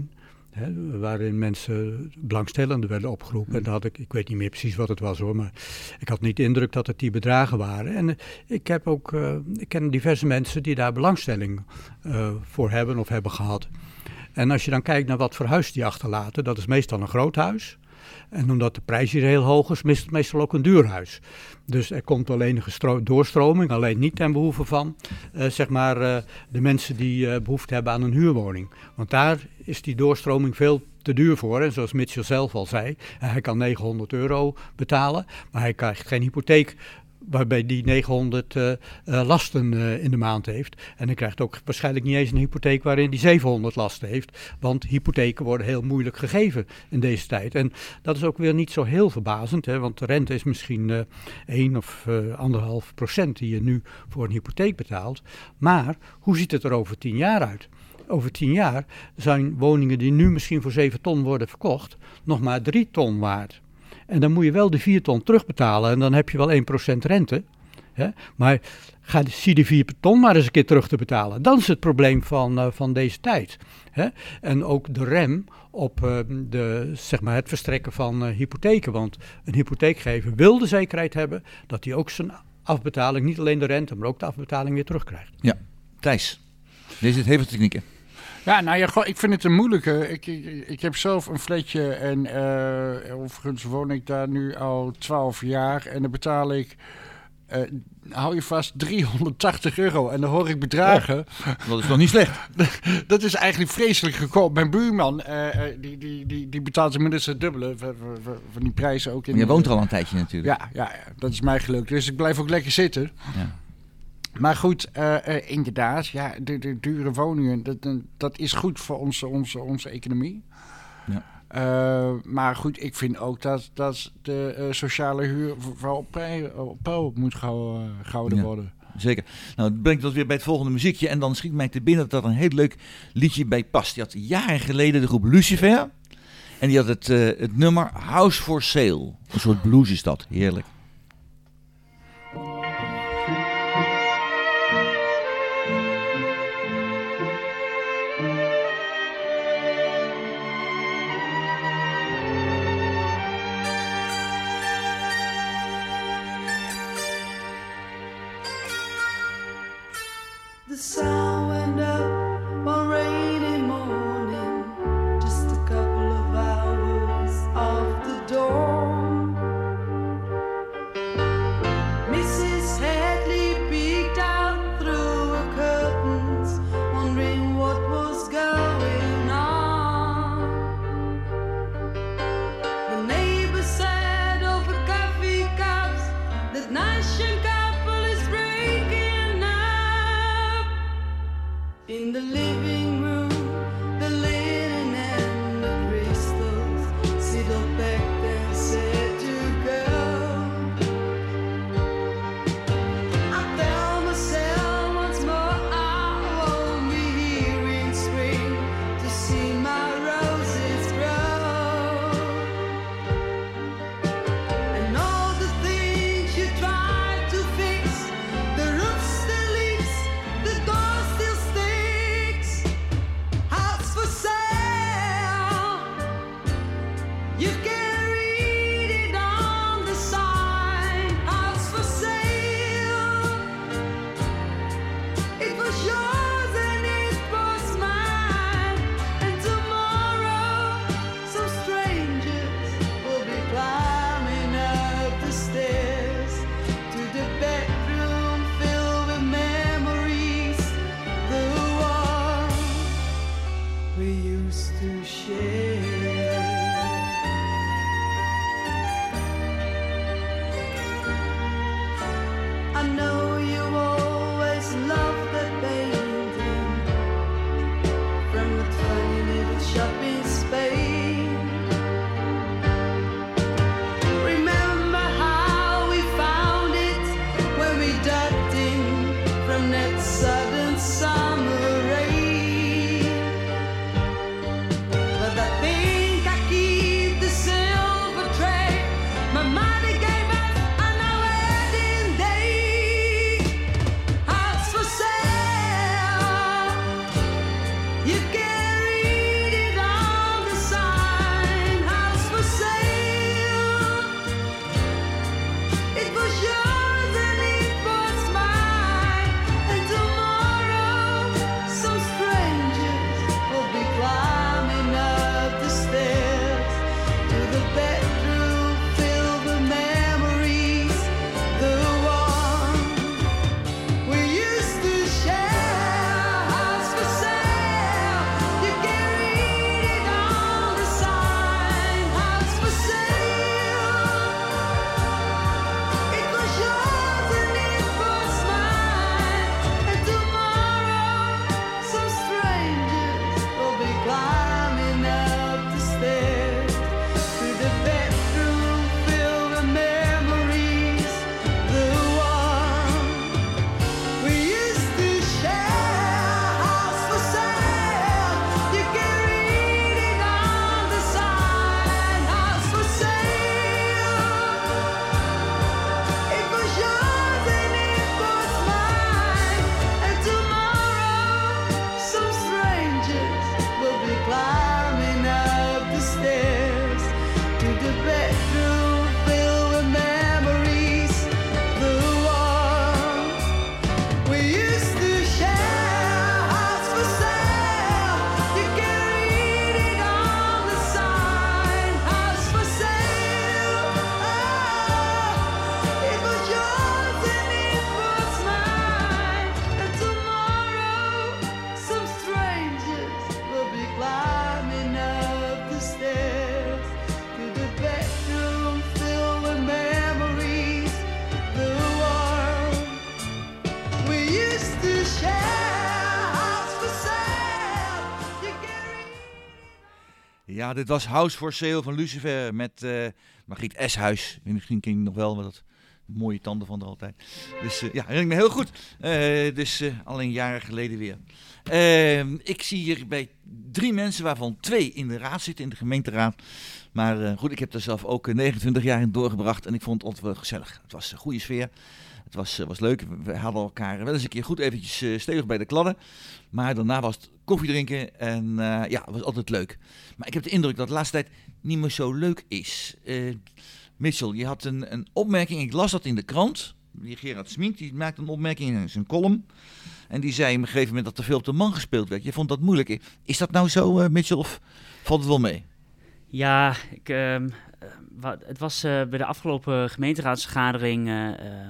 Hè, waarin mensen, belangstellenden werden opgeroepen. En dat had ik, ik weet niet meer precies wat het was hoor, maar ik had niet de indruk dat het die bedragen waren. En uh, ik heb ook, uh, ik ken diverse mensen die daar belangstelling uh, voor hebben of hebben gehad. En als je dan kijkt naar wat voor huis die achterlaten, dat is meestal een groot huis. En omdat de prijs hier heel hoog is, is het meestal ook een duur huis. Dus er komt alleen een gestro- doorstroming, alleen niet ten behoeve van uh, zeg maar, uh, de mensen die uh, behoefte hebben aan een huurwoning. Want daar is die doorstroming veel te duur voor. En zoals Mitchell zelf al zei, hij kan negenhonderd euro betalen, maar hij krijgt geen hypotheek waarbij die negenhonderd uh, uh, lasten uh, in de maand heeft. En hij krijgt ook waarschijnlijk niet eens een hypotheek waarin die zevenhonderd lasten heeft. Want hypotheken worden heel moeilijk gegeven in deze tijd. En dat is ook weer niet zo heel verbazend. Hè, want de rente is misschien uh, één of uh, anderhalf procent die je nu voor een hypotheek betaalt. Maar hoe ziet het er over tien jaar uit? Over tien jaar zijn woningen die nu misschien voor zeven ton worden verkocht nog maar drie ton waard. En dan moet je wel de vier ton terugbetalen en dan heb je wel één procent rente. Hè? Maar ga, zie die vier ton maar eens een keer terug te betalen. Dan is het probleem van, uh, van deze tijd. Hè? En ook de rem op uh, de, zeg maar het verstrekken van uh, hypotheken. Want een hypotheekgever wil de zekerheid hebben dat hij ook zijn afbetaling, niet alleen de rente, maar ook de afbetaling weer terugkrijgt. Ja, Thijs, deze heeft heel veel technieken. Ja, nou ja, goh, ik vind het een moeilijke. Ik, ik, ik heb zelf een flatje en uh, overigens woon ik daar nu al twaalf jaar. En dan betaal ik, uh, hou je vast, driehonderdtachtig euro. En dan hoor ik bedragen. Ja, dat is nog niet slecht. Dat is eigenlijk vreselijk goedkoop. Mijn buurman, uh, die, die, die, die betaalt inmiddels het dubbele van, van, van die prijzen ook. In je woont er al een tijdje natuurlijk. Ja, ja, ja, dat is mij gelukt. Dus ik blijf ook lekker zitten. Ja. Maar goed, uh, uh, inderdaad, ja, de, de dure woningen, dat, dat is goed voor onze, onze, onze economie. Ja. Uh, maar goed, ik vind ook dat, dat de uh, sociale huur vooral op peil moet gehouden, gehouden ja, worden. Zeker. Nou, dat brengt ons weer bij het volgende muziekje. En dan schiet mij te binnen dat er een heel leuk liedje bij past. Die had jaren geleden de groep Lucifer. En die had het, uh, het nummer House for Sale. Een soort blues is dat, heerlijk. The sun went up one rainy morning, just a couple of hours off the dawn. Missus Hadley peeked out through her curtains, wondering what was going on. The neighbor said over coffee cups that nice young couple is breaking up. In the living room, the linen and the crystals sit up back and said to go. I tell myself once more I won't be here in spring to see my roses grow. And all the things you tried to fix, the roof still leaks, the door still sticks. House for sale, you can read it on the sign. House for sale, it was yours and it was mine. And tomorrow some strangers will be climbing up the stairs to the bedroom filled with memories, the one we used to share. I know you always loved that painting from that funny little shop in Spain. Remember how we found it when we ducked in from that sudden summer rain. But I think I keep the silver tray my mother gave us on our wedding day. House for sale, you can read it on Ja, dit was House for Sale van Lucifer met uh, Margriet Eshuis. Misschien ken je nog wel, maar dat mooie tanden van haar altijd. Dus uh, ja, herinner ik me heel goed. Uh, dus uh, al een jaren geleden weer. Uh, ik zie hier bij drie mensen, waarvan twee in de raad zitten, in de gemeenteraad. Maar uh, goed, ik heb er zelf ook negenentwintig jaar in doorgebracht en ik vond het altijd wel gezellig. Het was een goede sfeer. Het was, uh, was leuk. We hadden elkaar wel eens een keer goed eventjes uh, stevig bij de kladden. Maar daarna was het koffie drinken en uh, ja, het was altijd leuk. Maar ik heb de indruk dat de laatste tijd niet meer zo leuk is. Uh, Mitchell, je had een, een opmerking, ik las dat in de krant. Die Gerard Smink, die maakte een opmerking in zijn column. En die zei op een gegeven moment dat er veel op de man gespeeld werd. Je vond dat moeilijk. Is dat nou zo, uh, Mitchell, of valt het wel mee? Ja, ik, uh, wat, het was uh, bij de afgelopen gemeenteraadsvergadering... Uh, uh,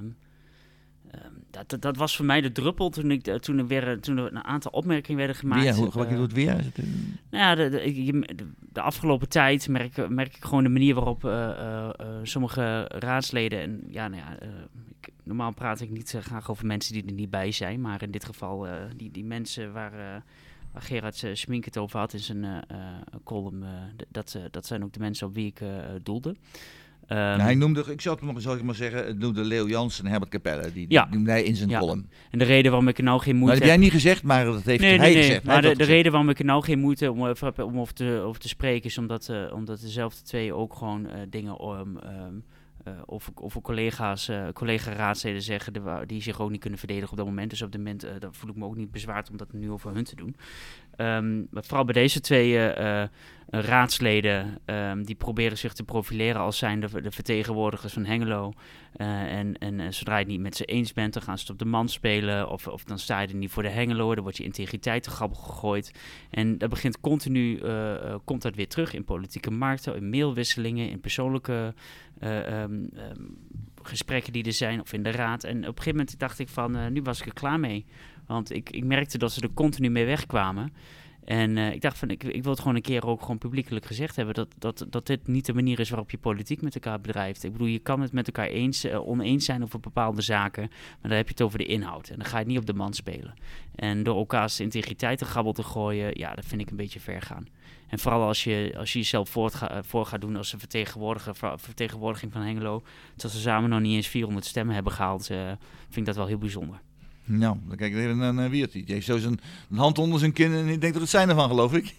Dat, dat, dat was voor mij de druppel toen, ik, toen, er weer, toen er een aantal opmerkingen werden gemaakt. Ja, hoe gebruik je het weer? Uh, nou ja, de, de, de, de afgelopen tijd merk, merk ik gewoon de manier waarop uh, uh, uh, sommige raadsleden... En ja, nou ja, uh, ik, normaal praat ik niet uh, graag over mensen die er niet bij zijn. Maar in dit geval, uh, die, die mensen waar, uh, waar Gerard uh, Smink het over had in zijn uh, uh, column... Uh, dat, uh, dat zijn ook de mensen op wie ik uh, doelde. Um, nou, hij noemde, ik zal het nog zal ik maar zeggen, het noemde Leo Jansen en Herbert Capelle. Die, ja. die noemde hij in zijn ja. column. En de reden waarom ik er nou geen moeite heb... Dat heb jij niet gezegd, maar dat heeft nee, hij nee, nee. gezegd. Maar hij de, de gezegd. reden waarom ik er nou geen moeite om, om over, te, over te spreken is omdat, uh, omdat dezelfde twee ook gewoon uh, dingen um, um, uh, over, over collega's, uh, collega-raadsleden zeggen de, die zich ook niet kunnen verdedigen op dat moment. Dus op dat moment uh, dat voel ik me ook niet bezwaard om dat nu over hun te doen. Um, maar vooral bij deze twee uh, uh, raadsleden, um, die proberen zich te profileren als zijn de, de vertegenwoordigers van Hengelo. Uh, en, en uh, zodra je het niet met ze eens bent, dan gaan ze het op de man spelen. Of, of dan sta je er niet voor de Hengelo, dan wordt je integriteit te grabbel gegooid. En dat begint continu, uh, uh, komt dat weer terug in politieke markten, in mailwisselingen, in persoonlijke uh, um, um, gesprekken die er zijn, of in de raad. En op een gegeven moment dacht ik van, uh, nu was ik er klaar mee. Want ik, ik merkte dat ze er continu mee wegkwamen. En uh, ik dacht van, ik, ik wil het gewoon een keer ook gewoon publiekelijk gezegd hebben... Dat, dat, dat dit niet de manier is waarop je politiek met elkaar bedrijft. Ik bedoel, je kan het met elkaar eens, uh, oneens zijn over bepaalde zaken... maar dan heb je het over de inhoud. En dan ga je het niet op de man spelen. En door elkaars integriteit te grabbel te gooien... ja, dat vind ik een beetje ver gaan. En vooral als je, als je jezelf voor, ga, voor gaat doen als een vertegenwoordiger, vertegenwoordiging van Hengelo... dat ze samen nog niet eens vierhonderd stemmen hebben gehaald... Uh, vind ik dat wel heel bijzonder. Nou, dan kijk ik even naar, naar Wiert. Die heeft zo zijn hand onder zijn kin en ik denk dat het zijn ervan, geloof ik.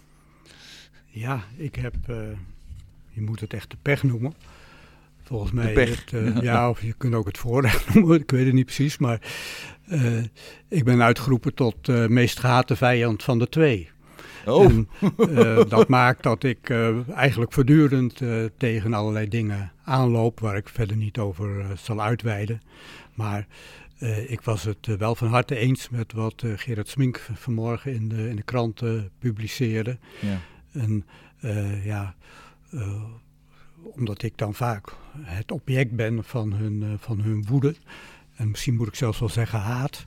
Ja, ik heb, uh, je moet het echt de pech noemen. Volgens mij, de pech. Het, uh, ja, of je kunt ook het voorrecht noemen, ik weet het niet precies. Maar uh, ik ben uitgeroepen tot uh, meest gehate vijand van de twee. Oh. En, uh, dat maakt dat ik uh, eigenlijk voortdurend uh, tegen allerlei dingen aanloop, waar ik verder niet over uh, zal uitweiden. Maar uh, ik was het uh, wel van harte eens met wat uh, Gerard Smink v- vanmorgen in de, in de krant uh, publiceerde. Ja. En uh, ja, uh, omdat ik dan vaak het object ben van hun, uh, van hun woede. En misschien moet ik zelfs wel zeggen haat.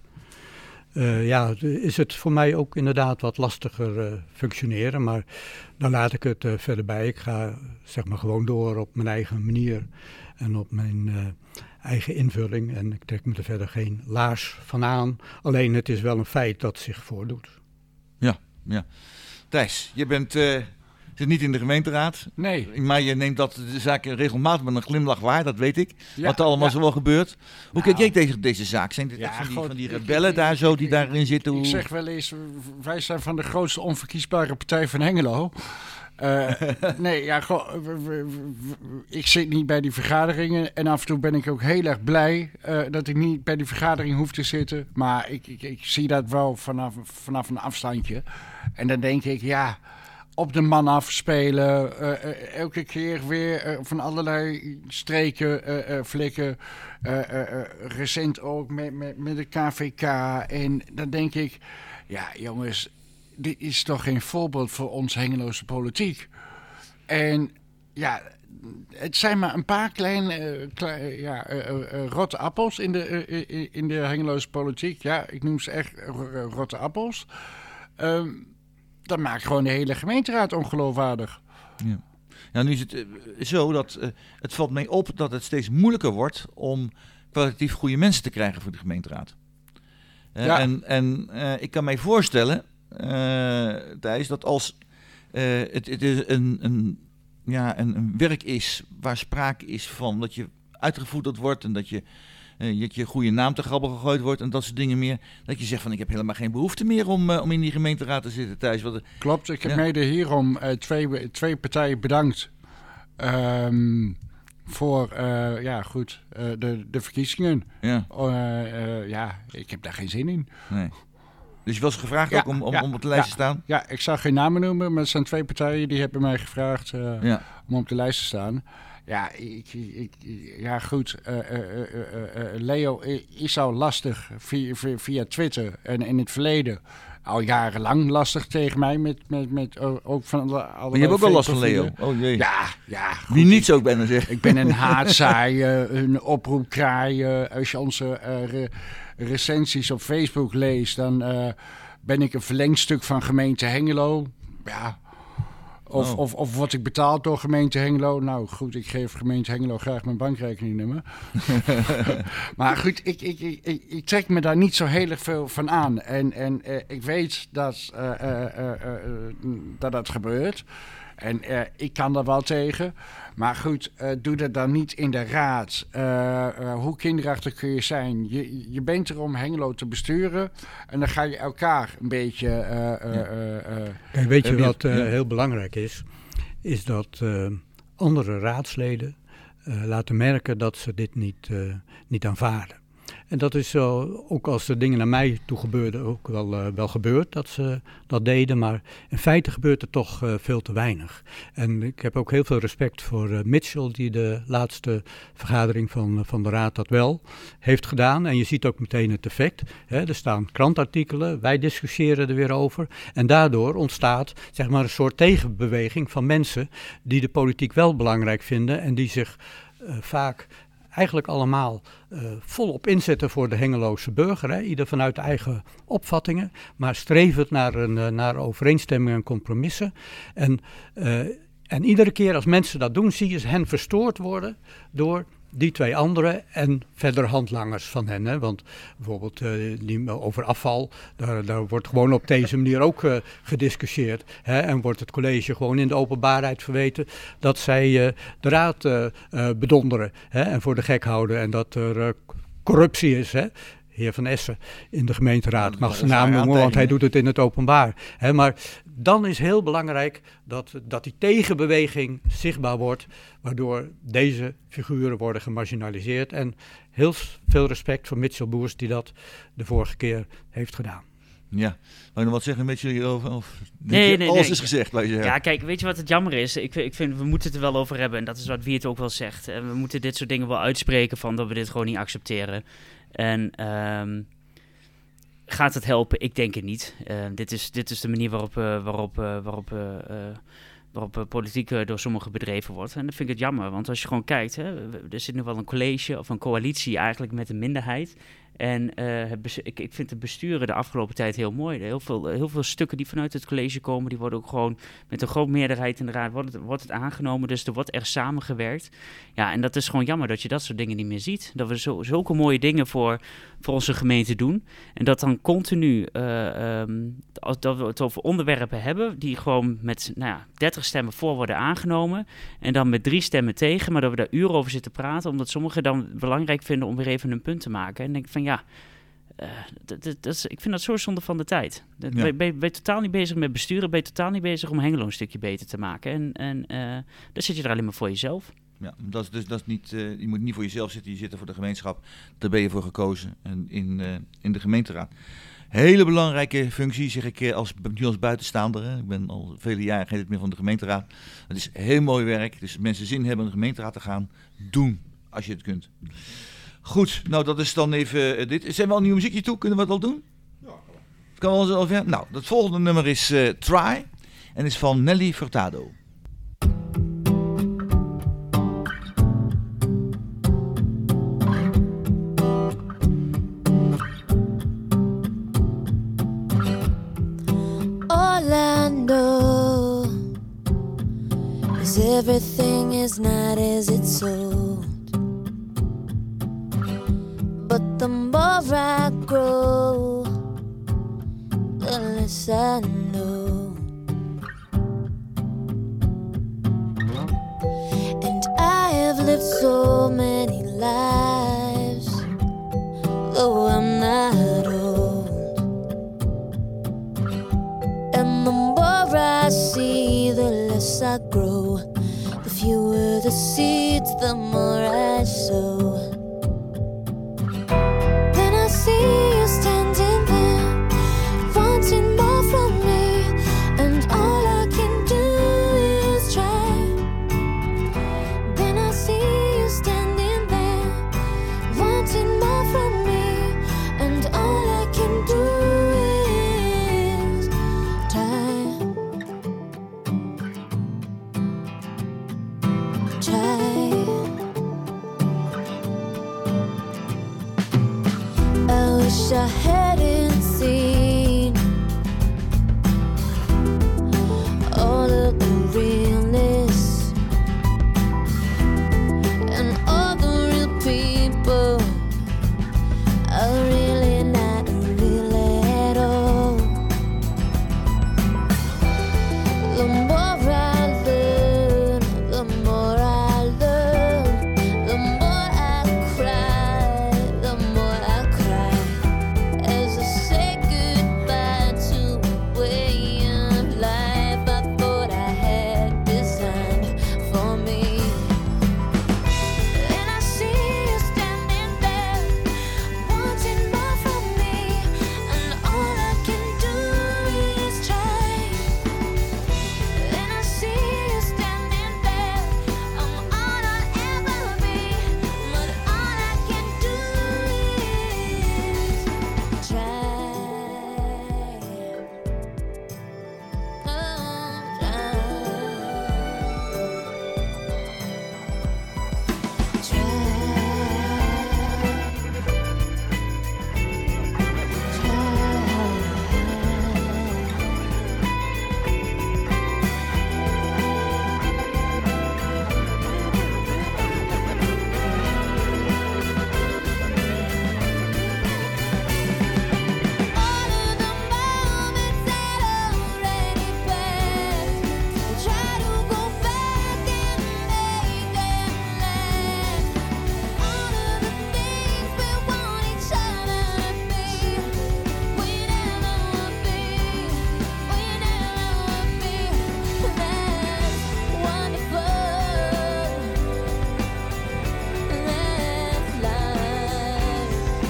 Uh, ja, is het voor mij ook inderdaad wat lastiger uh, functioneren. Maar dan laat ik het uh, verder bij. Ik ga zeg maar gewoon door op mijn eigen manier en op mijn uh, eigen invulling. En ik trek me er verder geen laars van aan. Alleen het is wel een feit dat zich voordoet. Ja, ja. Thijs, je bent... Uh... zit niet in de gemeenteraad. Nee. Maar je neemt dat de zaak regelmatig met een glimlach waar, dat weet ik. Ja, wat er allemaal ja. zo wel gebeurt. Hoe Nou, kijk jij tegen deze zaak? Zijn dit ja, echt van die, God, van die ik- rebellen ik- daar ik- zo ik- die ik- daarin zitten? Ik Hoe... zeg wel eens, wij zijn van de grootste onverkiesbare partij van Hengelo. Uh, nee, ja, goh, w- w- w- ik zit niet bij die vergaderingen. En af en toe ben ik ook heel erg blij uh, dat ik niet bij die vergadering hoef te zitten. Maar ik, ik, ik zie dat wel vanaf, vanaf een afstandje. En dan denk ik, ja... op de man afspelen, uh, uh, elke keer weer uh, van allerlei streken uh, uh, flikken. Uh, uh, uh, recent ook met, met, met de K V K. En dan denk ik, ja jongens, dit is toch geen voorbeeld voor ons Hengeloze politiek. En ja, het zijn maar een paar kleine, uh, kleine ja, uh, uh, uh, rotte appels in de, uh, uh, in de Hengeloze politiek. Ja, ik noem ze echt uh, uh, rotte appels. Um, Dat maakt gewoon de hele gemeenteraad ongeloofwaardig. Ja. Ja, nu is het uh, zo dat uh, het valt mij op dat het steeds moeilijker wordt om kwalitatief goede mensen te krijgen voor de gemeenteraad. Uh, Ja. En, en uh, ik kan mij voorstellen, uh, Thijs, dat als uh, het, het is een, een, ja, een, een werk is waar sprake is van dat je uitgevoerd wordt en dat je uh, je, je goede naam te grabbel gegooid wordt en dat soort dingen meer. Dat je zegt van ik heb helemaal geen behoefte meer om, uh, om in die gemeenteraad te zitten thuis. Wat, Klopt, ik heb ja. mede hierom uh, twee, twee partijen bedankt um, voor uh, ja, goed, uh, de, de verkiezingen. Ja. Uh, uh, ja, ik heb daar geen zin in. Nee. Dus je was gevraagd ja, ook om, om, ja, om op de lijst ja, te staan? Ja, ik zal geen namen noemen, maar het zijn twee partijen die hebben mij gevraagd uh, ja. om op de lijst te staan. Ja, ik, ik, ja goed. Uh, uh, uh, uh, Leo is al lastig via, via, via Twitter en in het verleden al jarenlang lastig tegen mij met, met, met ook van alle. Maar je hebt ook wel last van Leo. Oh jee. Ja, ja. Goed. Wie niet zo bijna zeg. Ik ben een haatzaaier, een oproepkraaier. Als je onze uh, re, recensies op Facebook leest, dan uh, ben ik een verlengstuk van gemeente Hengelo. Ja. Of, oh. of, of word ik betaald door gemeente Hengelo? Nou goed, ik geef gemeente Hengelo graag mijn bankrekeningnummer. Maar goed, ik, ik, ik, ik, ik trek me daar niet zo heel erg veel van aan. En, en uh, ik weet dat, uh, uh, uh, uh, dat dat gebeurt. En uh, ik kan daar wel tegen. Maar goed, uh, doe dat dan niet in de raad. Uh, uh, hoe kinderachtig kun je zijn? Je, je bent er om Hengelo te besturen. En dan ga je elkaar een beetje... Uh, uh, uh, uh, Kijk, weet je wat uh, heel belangrijk is? Is dat uh, andere raadsleden uh, laten merken dat ze dit niet, uh, niet aanvaarden. En dat is zo, ook als er dingen naar mij toe gebeurden, ook wel, uh, wel gebeurd dat ze dat deden. Maar in feite gebeurt er toch uh, veel te weinig. En ik heb ook heel veel respect voor uh, Mitchell, die de laatste vergadering van, uh, van de Raad dat wel heeft gedaan. En je ziet ook meteen het effect. Hè. Er staan krantartikelen, wij discussiëren er weer over. En daardoor ontstaat zeg maar een soort tegenbeweging van mensen die de politiek wel belangrijk vinden en die zich uh, vaak... eigenlijk allemaal uh, volop inzetten voor de Hengeloze burger. Hè? Ieder vanuit de eigen opvattingen, maar strevend naar, een, uh, naar overeenstemmingen en compromissen. En, uh, en iedere keer als mensen dat doen, zie je hen verstoord worden door die twee anderen en verder handlangers van hen. Hè? Want bijvoorbeeld uh, die, over afval, daar, daar wordt gewoon op deze manier ook uh, gediscussieerd. Hè? En wordt het college gewoon in de openbaarheid verweten dat zij uh, de raad uh, uh, bedonderen, hè? En voor de gek houden en dat er uh, corruptie is, hè? Heer Van Essen in de gemeenteraad. Ik mag zijn naam noemen, want hij doet het in het openbaar. He, maar dan is heel belangrijk dat, dat die tegenbeweging zichtbaar wordt, waardoor deze figuren worden gemarginaliseerd. En heel veel respect voor Mitchell Boers, die dat de vorige keer heeft gedaan. Ja, wil je nog wat zeggen met jullie over? Of, nee, nee, alles nee. is gezegd, laat je zeggen. Ja, kijk, weet je wat het jammer is? Ik, ik vind, we moeten het er wel over hebben. En dat is wat Wiert ook wel zegt. En we moeten dit soort dingen wel uitspreken van dat we dit gewoon niet accepteren. En um, gaat het helpen? Ik denk het niet. Uh, dit, is, dit is de manier waarop, uh, waarop, uh, waarop, uh, uh, waarop uh, politiek uh, door sommigen bedreven wordt. En dat vind ik het jammer. Want als je gewoon kijkt, hè, er zit nu wel een college of een coalitie eigenlijk met een minderheid. En uh, het bes- ik, ik vind het besturen de afgelopen tijd heel mooi. Heel veel, heel veel stukken die vanuit het college komen, die worden ook gewoon met een grote meerderheid in de raad wordt het, wordt het aangenomen. Dus er wordt er samengewerkt. Ja, en dat is gewoon jammer dat je dat soort dingen niet meer ziet. Dat we zo, zulke mooie dingen voor, voor onze gemeente doen. En dat dan continu, uh, um, als, dat we het over onderwerpen hebben die gewoon met nou ja, dertig stemmen voor worden aangenomen. En dan met drie stemmen tegen, maar dat we daar uren over zitten praten. Omdat sommigen dan belangrijk vinden om weer even een punt te maken. En denk ik van ja, uh, dat, dat, dat is, ik vind dat zo zonde van de tijd. Dat, ja. ben, ben, ben je totaal niet bezig met besturen, ben je totaal niet bezig om Hengelo een stukje beter te maken. En, en uh, dan zit je er alleen maar voor jezelf. Ja, dat is dus dat is niet, uh, je moet niet voor jezelf zitten, je zit er voor de gemeenschap. Daar ben je voor gekozen en in, uh, in de gemeenteraad. Hele belangrijke functie, zeg ik als, nu als buitenstaander. Hè. Ik ben al vele jaren geen lid meer van de gemeenteraad. Het is heel mooi werk, dus als mensen zin hebben in de gemeenteraad te gaan, doen als je het kunt. Goed, nou dat is dan even uh, dit. Zijn we al een nieuw muziekje toe? Kunnen we het al doen? Ja. Het kan wel zo ver. Nou, het volgende nummer is uh, Try en is van Nelly Furtado. Orlando, 'cause everything is not as it's sold. But the more I grow, the less I know. the more I sow. Then I see you standing there, wanting more from me, and all I can do is try. Then I see you standing there, wanting more from me, and all I can do is try. Try. I wish I hadn't seen all of the realness and all the real people are really not real at all. The more I learn, the more I learn, the more I cry, the more I cry, as I say goodbye to a way of life I thought I had designed for me. And I see you standing there, wanting more from me, and all I can do is try. And I see you standing there, I'm all I'll ever be, but all I can do is try. All of the moments that already passed, try to go back and make them last. All of the things we want each other to be, we never will be, we never will be. That's wonderful. That's life.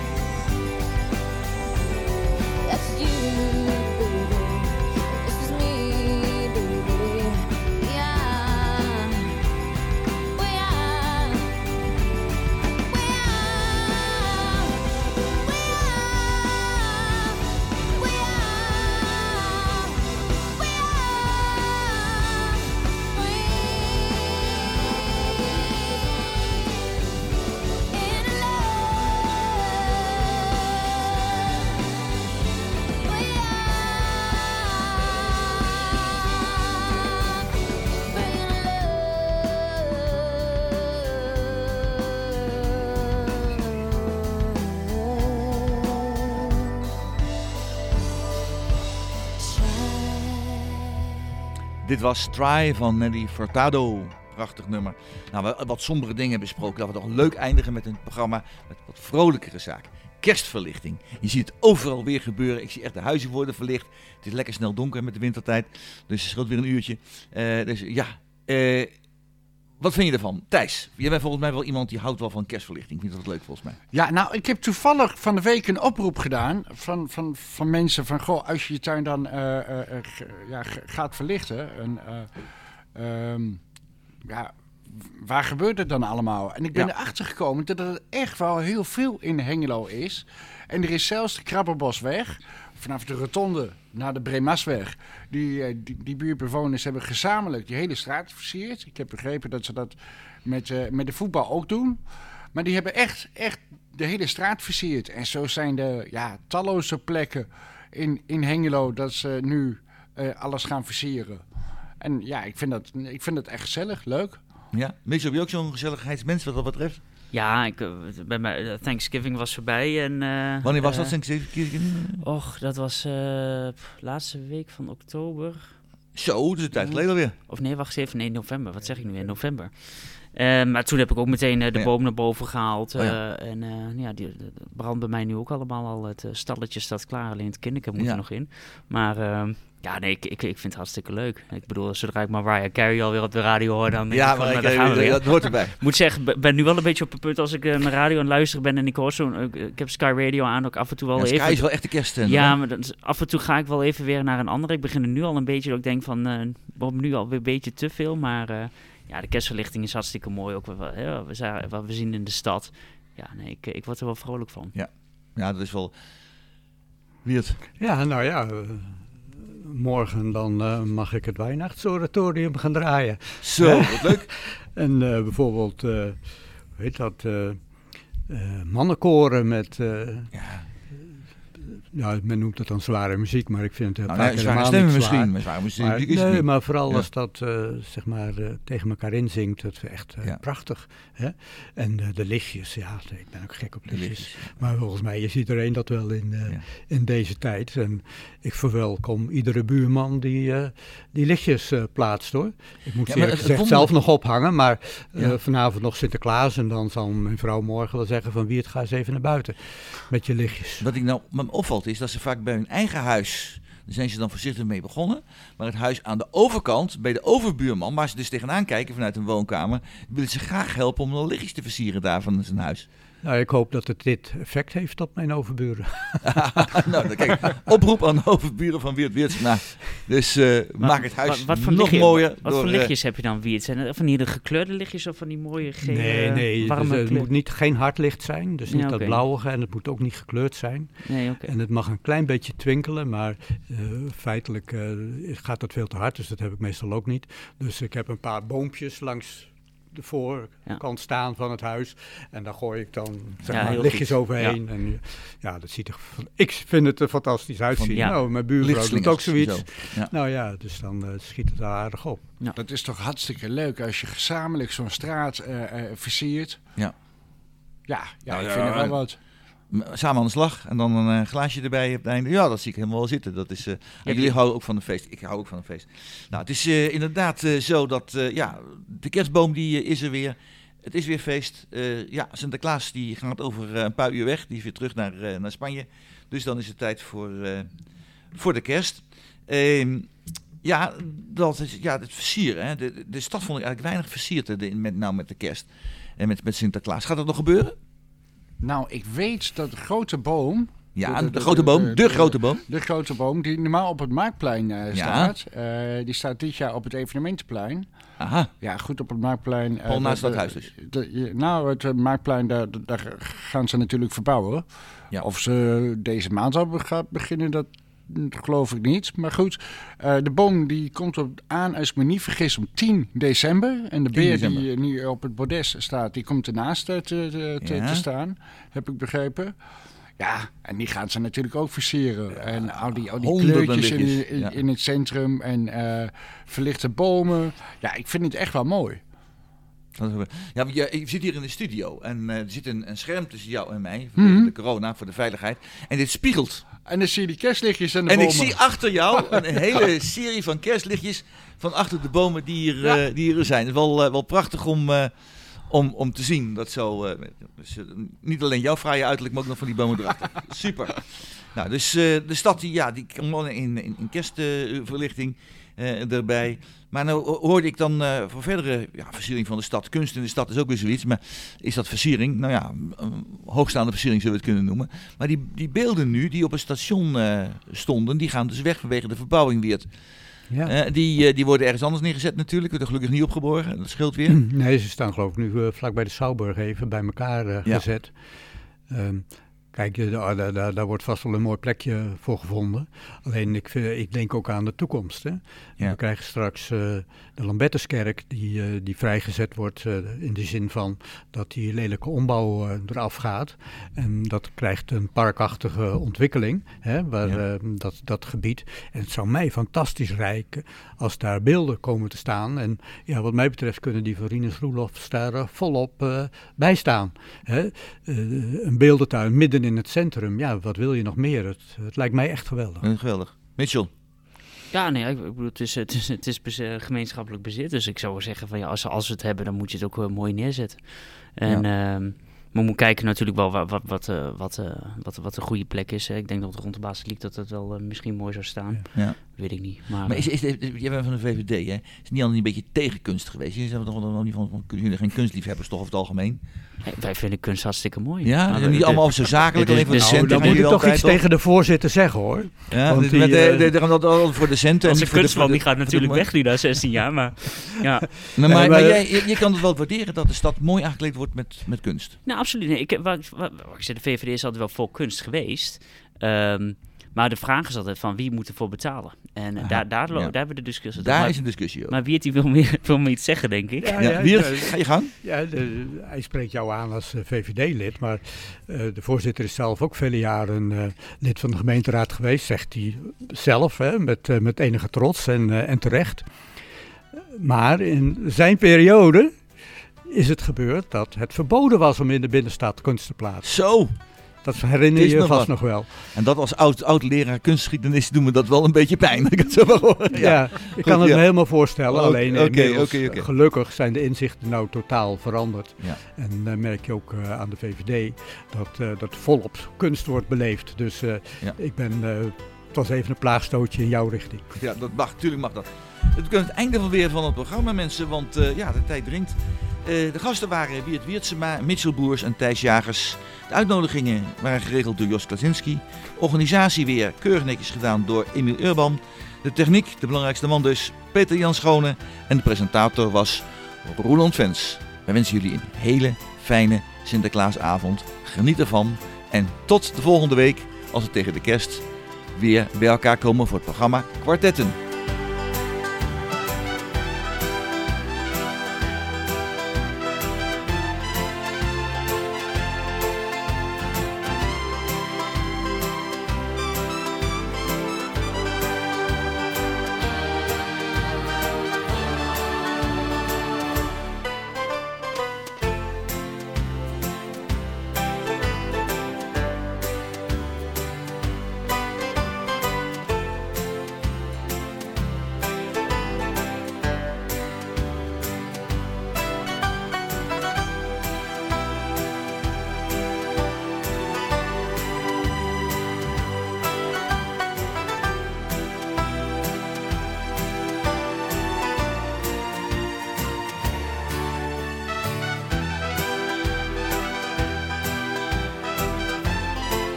That's you, baby. This is me, baby. Yeah, we are, we are, we are, we are, we are, in Dit was Try van Nelly Furtado. Prachtig nummer. Nou, we hebben wat sombere dingen besproken. Laten we toch leuk eindigen met een programma met wat vrolijkere zaken. Kerstverlichting. Je ziet het overal weer gebeuren. Ik zie echt de huizen worden verlicht. Het is lekker snel donker met de wintertijd. Dus het scheelt weer een uurtje. Uh, dus ja, uh, wat vind je ervan? Thijs, jij bent volgens mij wel iemand die houdt wel van kerstverlichting. Vind je dat leuk volgens mij? Ja, nou, ik heb toevallig van de week een oproep gedaan van, van, van mensen van, goh, als je je tuin dan uh, uh, uh, g- ja, g- gaat verlichten, en, uh, um, ja, waar gebeurt het dan allemaal? En ik ben Ja. erachter gekomen dat er echt wel heel veel in Hengelo is. En er is zelfs de Krabbenbosweg, vanaf de rotonde naar de Bremasweg. Die, uh, die, die buurtbewoners hebben gezamenlijk die hele straat versierd. Ik heb begrepen dat ze dat met, uh, met de voetbal ook doen. Maar die hebben echt, echt de hele straat versierd. En zo zijn er ja, talloze plekken in, in Hengelo dat ze nu uh, alles gaan versieren. En ja, ik vind dat, ik vind dat echt gezellig, leuk. Ja, Mitchell, ben je ook zo'n gezelligheidsmens wat dat betreft? Ja, ik, uh, bij mij, uh, Thanksgiving was voorbij. En, uh, Wanneer was uh, dat? Thanksgiving? Och, dat was uh, laatste week van oktober. Zo, dus een tijd geleden alweer. Of nee, wacht eens even. Nee, november. Wat zeg ik nu weer? November. Uh, maar toen heb ik ook meteen uh, de ja. boom naar boven gehaald. Uh, oh, ja. En uh, ja, die de, de brandt bij mij nu ook allemaal al. Het uh, stalletje staat klaar, alleen het kinderke moet ja. er nog in. Maar uh, ja, nee, ik, ik, ik vind het hartstikke leuk. Ik bedoel, zodra ik Mariah Carey alweer op de radio hoor, dan ja, ik van, maar uh, ik, daar gaan we weer. dat hoort erbij. Ik moet zeggen, ik ben nu wel een beetje op het punt als ik uh, naar radio aan het luisteren ben en ik hoor zo'n... Uh, ik heb Sky Radio aan, ook af en toe wel ja, even... Sky is wel echt de kerst. Ja, maar dan, af en toe ga ik wel even weer naar een andere. Ik begin er nu al een beetje, dat ik denk van, uh, nu alweer een beetje te veel, maar... Uh, Ja, de kerstverlichting is hartstikke mooi. Ook wat ja, we, wat we zien in de stad. Ja, nee, ik, ik word er wel vrolijk van. Ja, ja dat is wel weird. Ja, nou ja, uh, morgen dan uh, mag ik het Weihnachtsoratorium gaan draaien. Zo, wat leuk. En uh, bijvoorbeeld, uh, weet dat, uh, uh, mannenkoren met... Uh, ja. Ja, men noemt het dan zware muziek, maar ik vind het nou, vaak nee, helemaal zware stemmen niet zwaar. misschien, maar zware muziek maar, is nee, het niet. maar vooral ja. als dat uh, zeg maar uh, tegen elkaar inzingt, dat is echt uh, ja. prachtig. Hè? En uh, de lichtjes, ja, ik ben ook gek op lichtjes. lichtjes. Maar volgens mij is iedereen dat wel in, uh, ja. in deze tijd. En ik verwelkom iedere buurman die, uh, die lichtjes uh, plaatst, hoor. Ik moet ja, ze eerlijk gezegd zelf nog ophangen, maar uh, ja. vanavond nog Sinterklaas en dan zal mijn vrouw morgen wel zeggen van wie het gaat eens even naar buiten met je lichtjes. Wat ik nou me opvalt is dat ze vaak bij hun eigen huis, daar zijn ze dan voorzichtig mee begonnen, maar het huis aan de overkant, bij de overbuurman, waar ze dus tegenaan kijken vanuit een woonkamer, willen ze graag helpen om de lichtjes te versieren daar van zijn huis. Nou, ik hoop dat het dit effect heeft op mijn overburen. nou, dan kijk, oproep aan de overburen van Wiert Wiertsma. Dus uh, maak het huis wat, wat nog lichtje, mooier. Wat door, voor lichtjes uh, heb je dan, Wiert? Zijn er van die de gekleurde lichtjes of van die mooie gele, nee, nee, warme dus, het kleur? moet niet, geen hard licht zijn. Dus niet ja, okay. dat blauwige en het moet ook niet gekleurd zijn. Nee, okay. En het mag een klein beetje twinkelen, maar uh, feitelijk uh, gaat dat veel te hard. Dus dat heb ik meestal ook niet. Dus ik heb een paar boompjes langs de voorkant ja. staan van het huis. En daar gooi ik dan zeg ja, maar, lichtjes goed. overheen. Ja. En ja, dat ziet er... Ik vind het er fantastisch uitzien. Ja. Nou, mijn buurvrouw doet ook zoiets. Zo. Ja. Nou ja, dus dan uh, schiet het er aardig op. Ja. Dat is toch hartstikke leuk als je gezamenlijk zo'n straat uh, uh, versiert. Ja. Ja, ja nou, ik vind ja, het wel wat. Samen aan de slag en dan een uh, glaasje erbij op het einde. Ja, dat zie ik helemaal wel zitten. Dat is, uh, ja, jullie houden ook van een feest. Ik hou ook van een feest. Nou, het is uh, inderdaad uh, zo dat uh, ja, de kerstboom die uh, is er weer. Het is weer feest. Uh, ja, Sinterklaas die gaat over uh, een paar uur weg. Die is weer terug naar, uh, naar Spanje. Dus dan is het tijd voor, uh, voor de kerst. Uh, ja, dat is, ja, het versieren. Hè. De, de stad vond ik eigenlijk weinig versierd de, met, nou met de kerst en met, met Sinterklaas. Gaat dat nog gebeuren? Nou, ik weet dat de grote boom... Ja, de, de, de, de grote boom, de, de, de grote boom. De grote boom, die normaal op het Marktplein uh, staat. Ja. Uh, die staat dit jaar op het Evenementenplein. Aha. Ja, goed, op het Marktplein. Uh, Al naast dat huis dus. De, de, nou, het uh, Marktplein, daar, daar gaan ze natuurlijk verbouwen. Ja. Of ze deze maand al gaat beginnen, dat geloof ik niet. Maar goed, uh, de boom die komt op aan, als ik me niet vergis, om tien december. En de beer december. die nu op het bordes staat, die komt ernaast te, te, te, ja. te staan. Heb ik begrepen. Ja, en die gaan ze natuurlijk ook versieren. Ja, en al die, al die kleurtjes in, in, ja. in het centrum en uh, verlichte bomen. Ja, ik vind het echt wel mooi. Ja, je, je zit hier in de studio en uh, er zit een, een scherm tussen jou en mij, voor mm-hmm. de corona, voor de veiligheid. En dit spiegelt. En dan zie je die kerstlichtjes en de en bomen. En ik zie achter jou een hele serie van kerstlichtjes van achter de bomen die hier, ja. uh, die hier zijn. Het is wel, uh, wel prachtig om... Uh, Om, om te zien dat zo, uh, dus, uh, niet alleen jouw fraaie uiterlijk, maar ook nog van die bomen erachter. Super. Nou, dus uh, de stad die, ja, die kan in, in, in kerstverlichting uh, erbij. Maar nou hoorde ik dan uh, voor verdere ja, versiering van de stad. Kunst in de stad is ook weer zoiets, maar is dat versiering? Nou ja, um, hoogstaande versiering zullen we het kunnen noemen. Maar die, die beelden nu, die op een station uh, stonden, die gaan dus weg vanwege de verbouwing weer. Ja. Uh, die, uh, die worden ergens anders neergezet natuurlijk. Worden gelukkig niet opgeborgen. Dat scheelt weer. Nee, ze staan geloof ik nu uh, vlak bij de Schouwburg even bij elkaar uh, ja. gezet. Um, kijk, uh, daar, daar, daar wordt vast wel een mooi plekje voor gevonden. Alleen ik, uh, ik denk ook aan de toekomst. Hè? Ja. We krijgen straks uh, de Lambertuskerk die, uh, die vrijgezet wordt uh, in de zin van dat die lelijke ombouw uh, eraf gaat. En dat krijgt een parkachtige ontwikkeling, hè, waar, ja. uh, dat, dat gebied. En het zou mij fantastisch rijken als daar beelden komen te staan. En ja, wat mij betreft kunnen die van Rinus Roelofs daar uh, volop uh, bij staan. Hè? Uh, een beeldentuin midden in het centrum. Ja, wat wil je nog meer? Het, het lijkt mij echt geweldig. Uh, geweldig. Mitchell? Ja, nee, ik bedoel, het is, het is, het is bes- uh, gemeenschappelijk bezit. Dus ik zou wel zeggen, van, ja, als, als we het hebben, dan moet je het ook uh, mooi neerzetten. En ja. uh, we moeten kijken natuurlijk wel wat, wat, wat, uh, wat, uh, wat, wat een goede plek is. Hè. Ik denk dat rond de Basel League dat het wel uh, misschien mooi zou staan. Ja. Weet ik niet. Maar, maar is, is, is, jij bent van de V V D, hè? Is het niet altijd een beetje tegen kunst geweest? Jullie zijn toch nog niet van, van jullie geen kunstliefhebbers toch over het algemeen? Hey, wij vinden kunst hartstikke mooi. Ja, maar, niet de, allemaal zo zakelijk, alleen voor de nou, centen. dan moet ik toch iets tegen de voorzitter zeggen, hoor. Ja, Want die, die, de, uh, de, de, de, de, voor de centen. Als en een niet kunstman, voor de, die gaat natuurlijk de, weg nu na zestien jaar, maar ja. Nou, maar, maar, maar jij, je, je kan het wel waarderen dat de stad mooi aangekleed wordt met, met kunst. Nou, absoluut. Nee, ik, wat, wat, wat ik zei, de V V D is altijd wel voor kunst geweest. Um, maar de vraag is altijd van wie moet ervoor betalen. En Aha, daar, daar, lo- ja. daar hebben we de discussie. Daar maar, is een discussie over. Maar wie het die wil meer, wil meer iets zeggen, denk ik. Ja, ja, ja, wie ja, ga je gang? Ja, de, hij spreekt jou aan als uh, V V D-lid, maar uh, de voorzitter is zelf ook vele jaren uh, lid van de gemeenteraad geweest, zegt hij zelf, hè, met, uh, met enige trots en, uh, en terecht. Maar in zijn periode is het gebeurd dat het verboden was om in de binnenstad kunst te plaatsen. Zo! Dat herinner je je vast wat. nog wel. En dat als oud, oud leraar kunstgeschiedenis doen we dat wel een beetje pijn. Ik het zo wel hoor. Ja, ja, ik kan het ja. me helemaal voorstellen. Oh, alleen okay, inmiddels, okay, okay. gelukkig zijn de inzichten nou totaal veranderd. Ja. En dan uh, merk je ook uh, aan de V V D dat, uh, dat volop kunst wordt beleefd. Dus uh, ja. ik ben, uh, het was even een plaagstootje in jouw richting. Ja, dat mag, tuurlijk mag dat. Het is het einde van weer van het programma, mensen, want uh, ja, de tijd dringt. Uh, de gasten waren Wiert Wiertsema, Mitchell Boers en Thijs Jagers. De uitnodigingen waren geregeld door Jos Klasinski. Organisatie weer keurig netjes gedaan door Emiel Urban. De techniek, de belangrijkste man dus, Peter Jan Schone. En de presentator was Roland Vens. Wij wensen jullie een hele fijne Sinterklaasavond. Geniet ervan. En tot de volgende week, als we tegen de kerst weer bij elkaar komen voor het programma Kwartetten.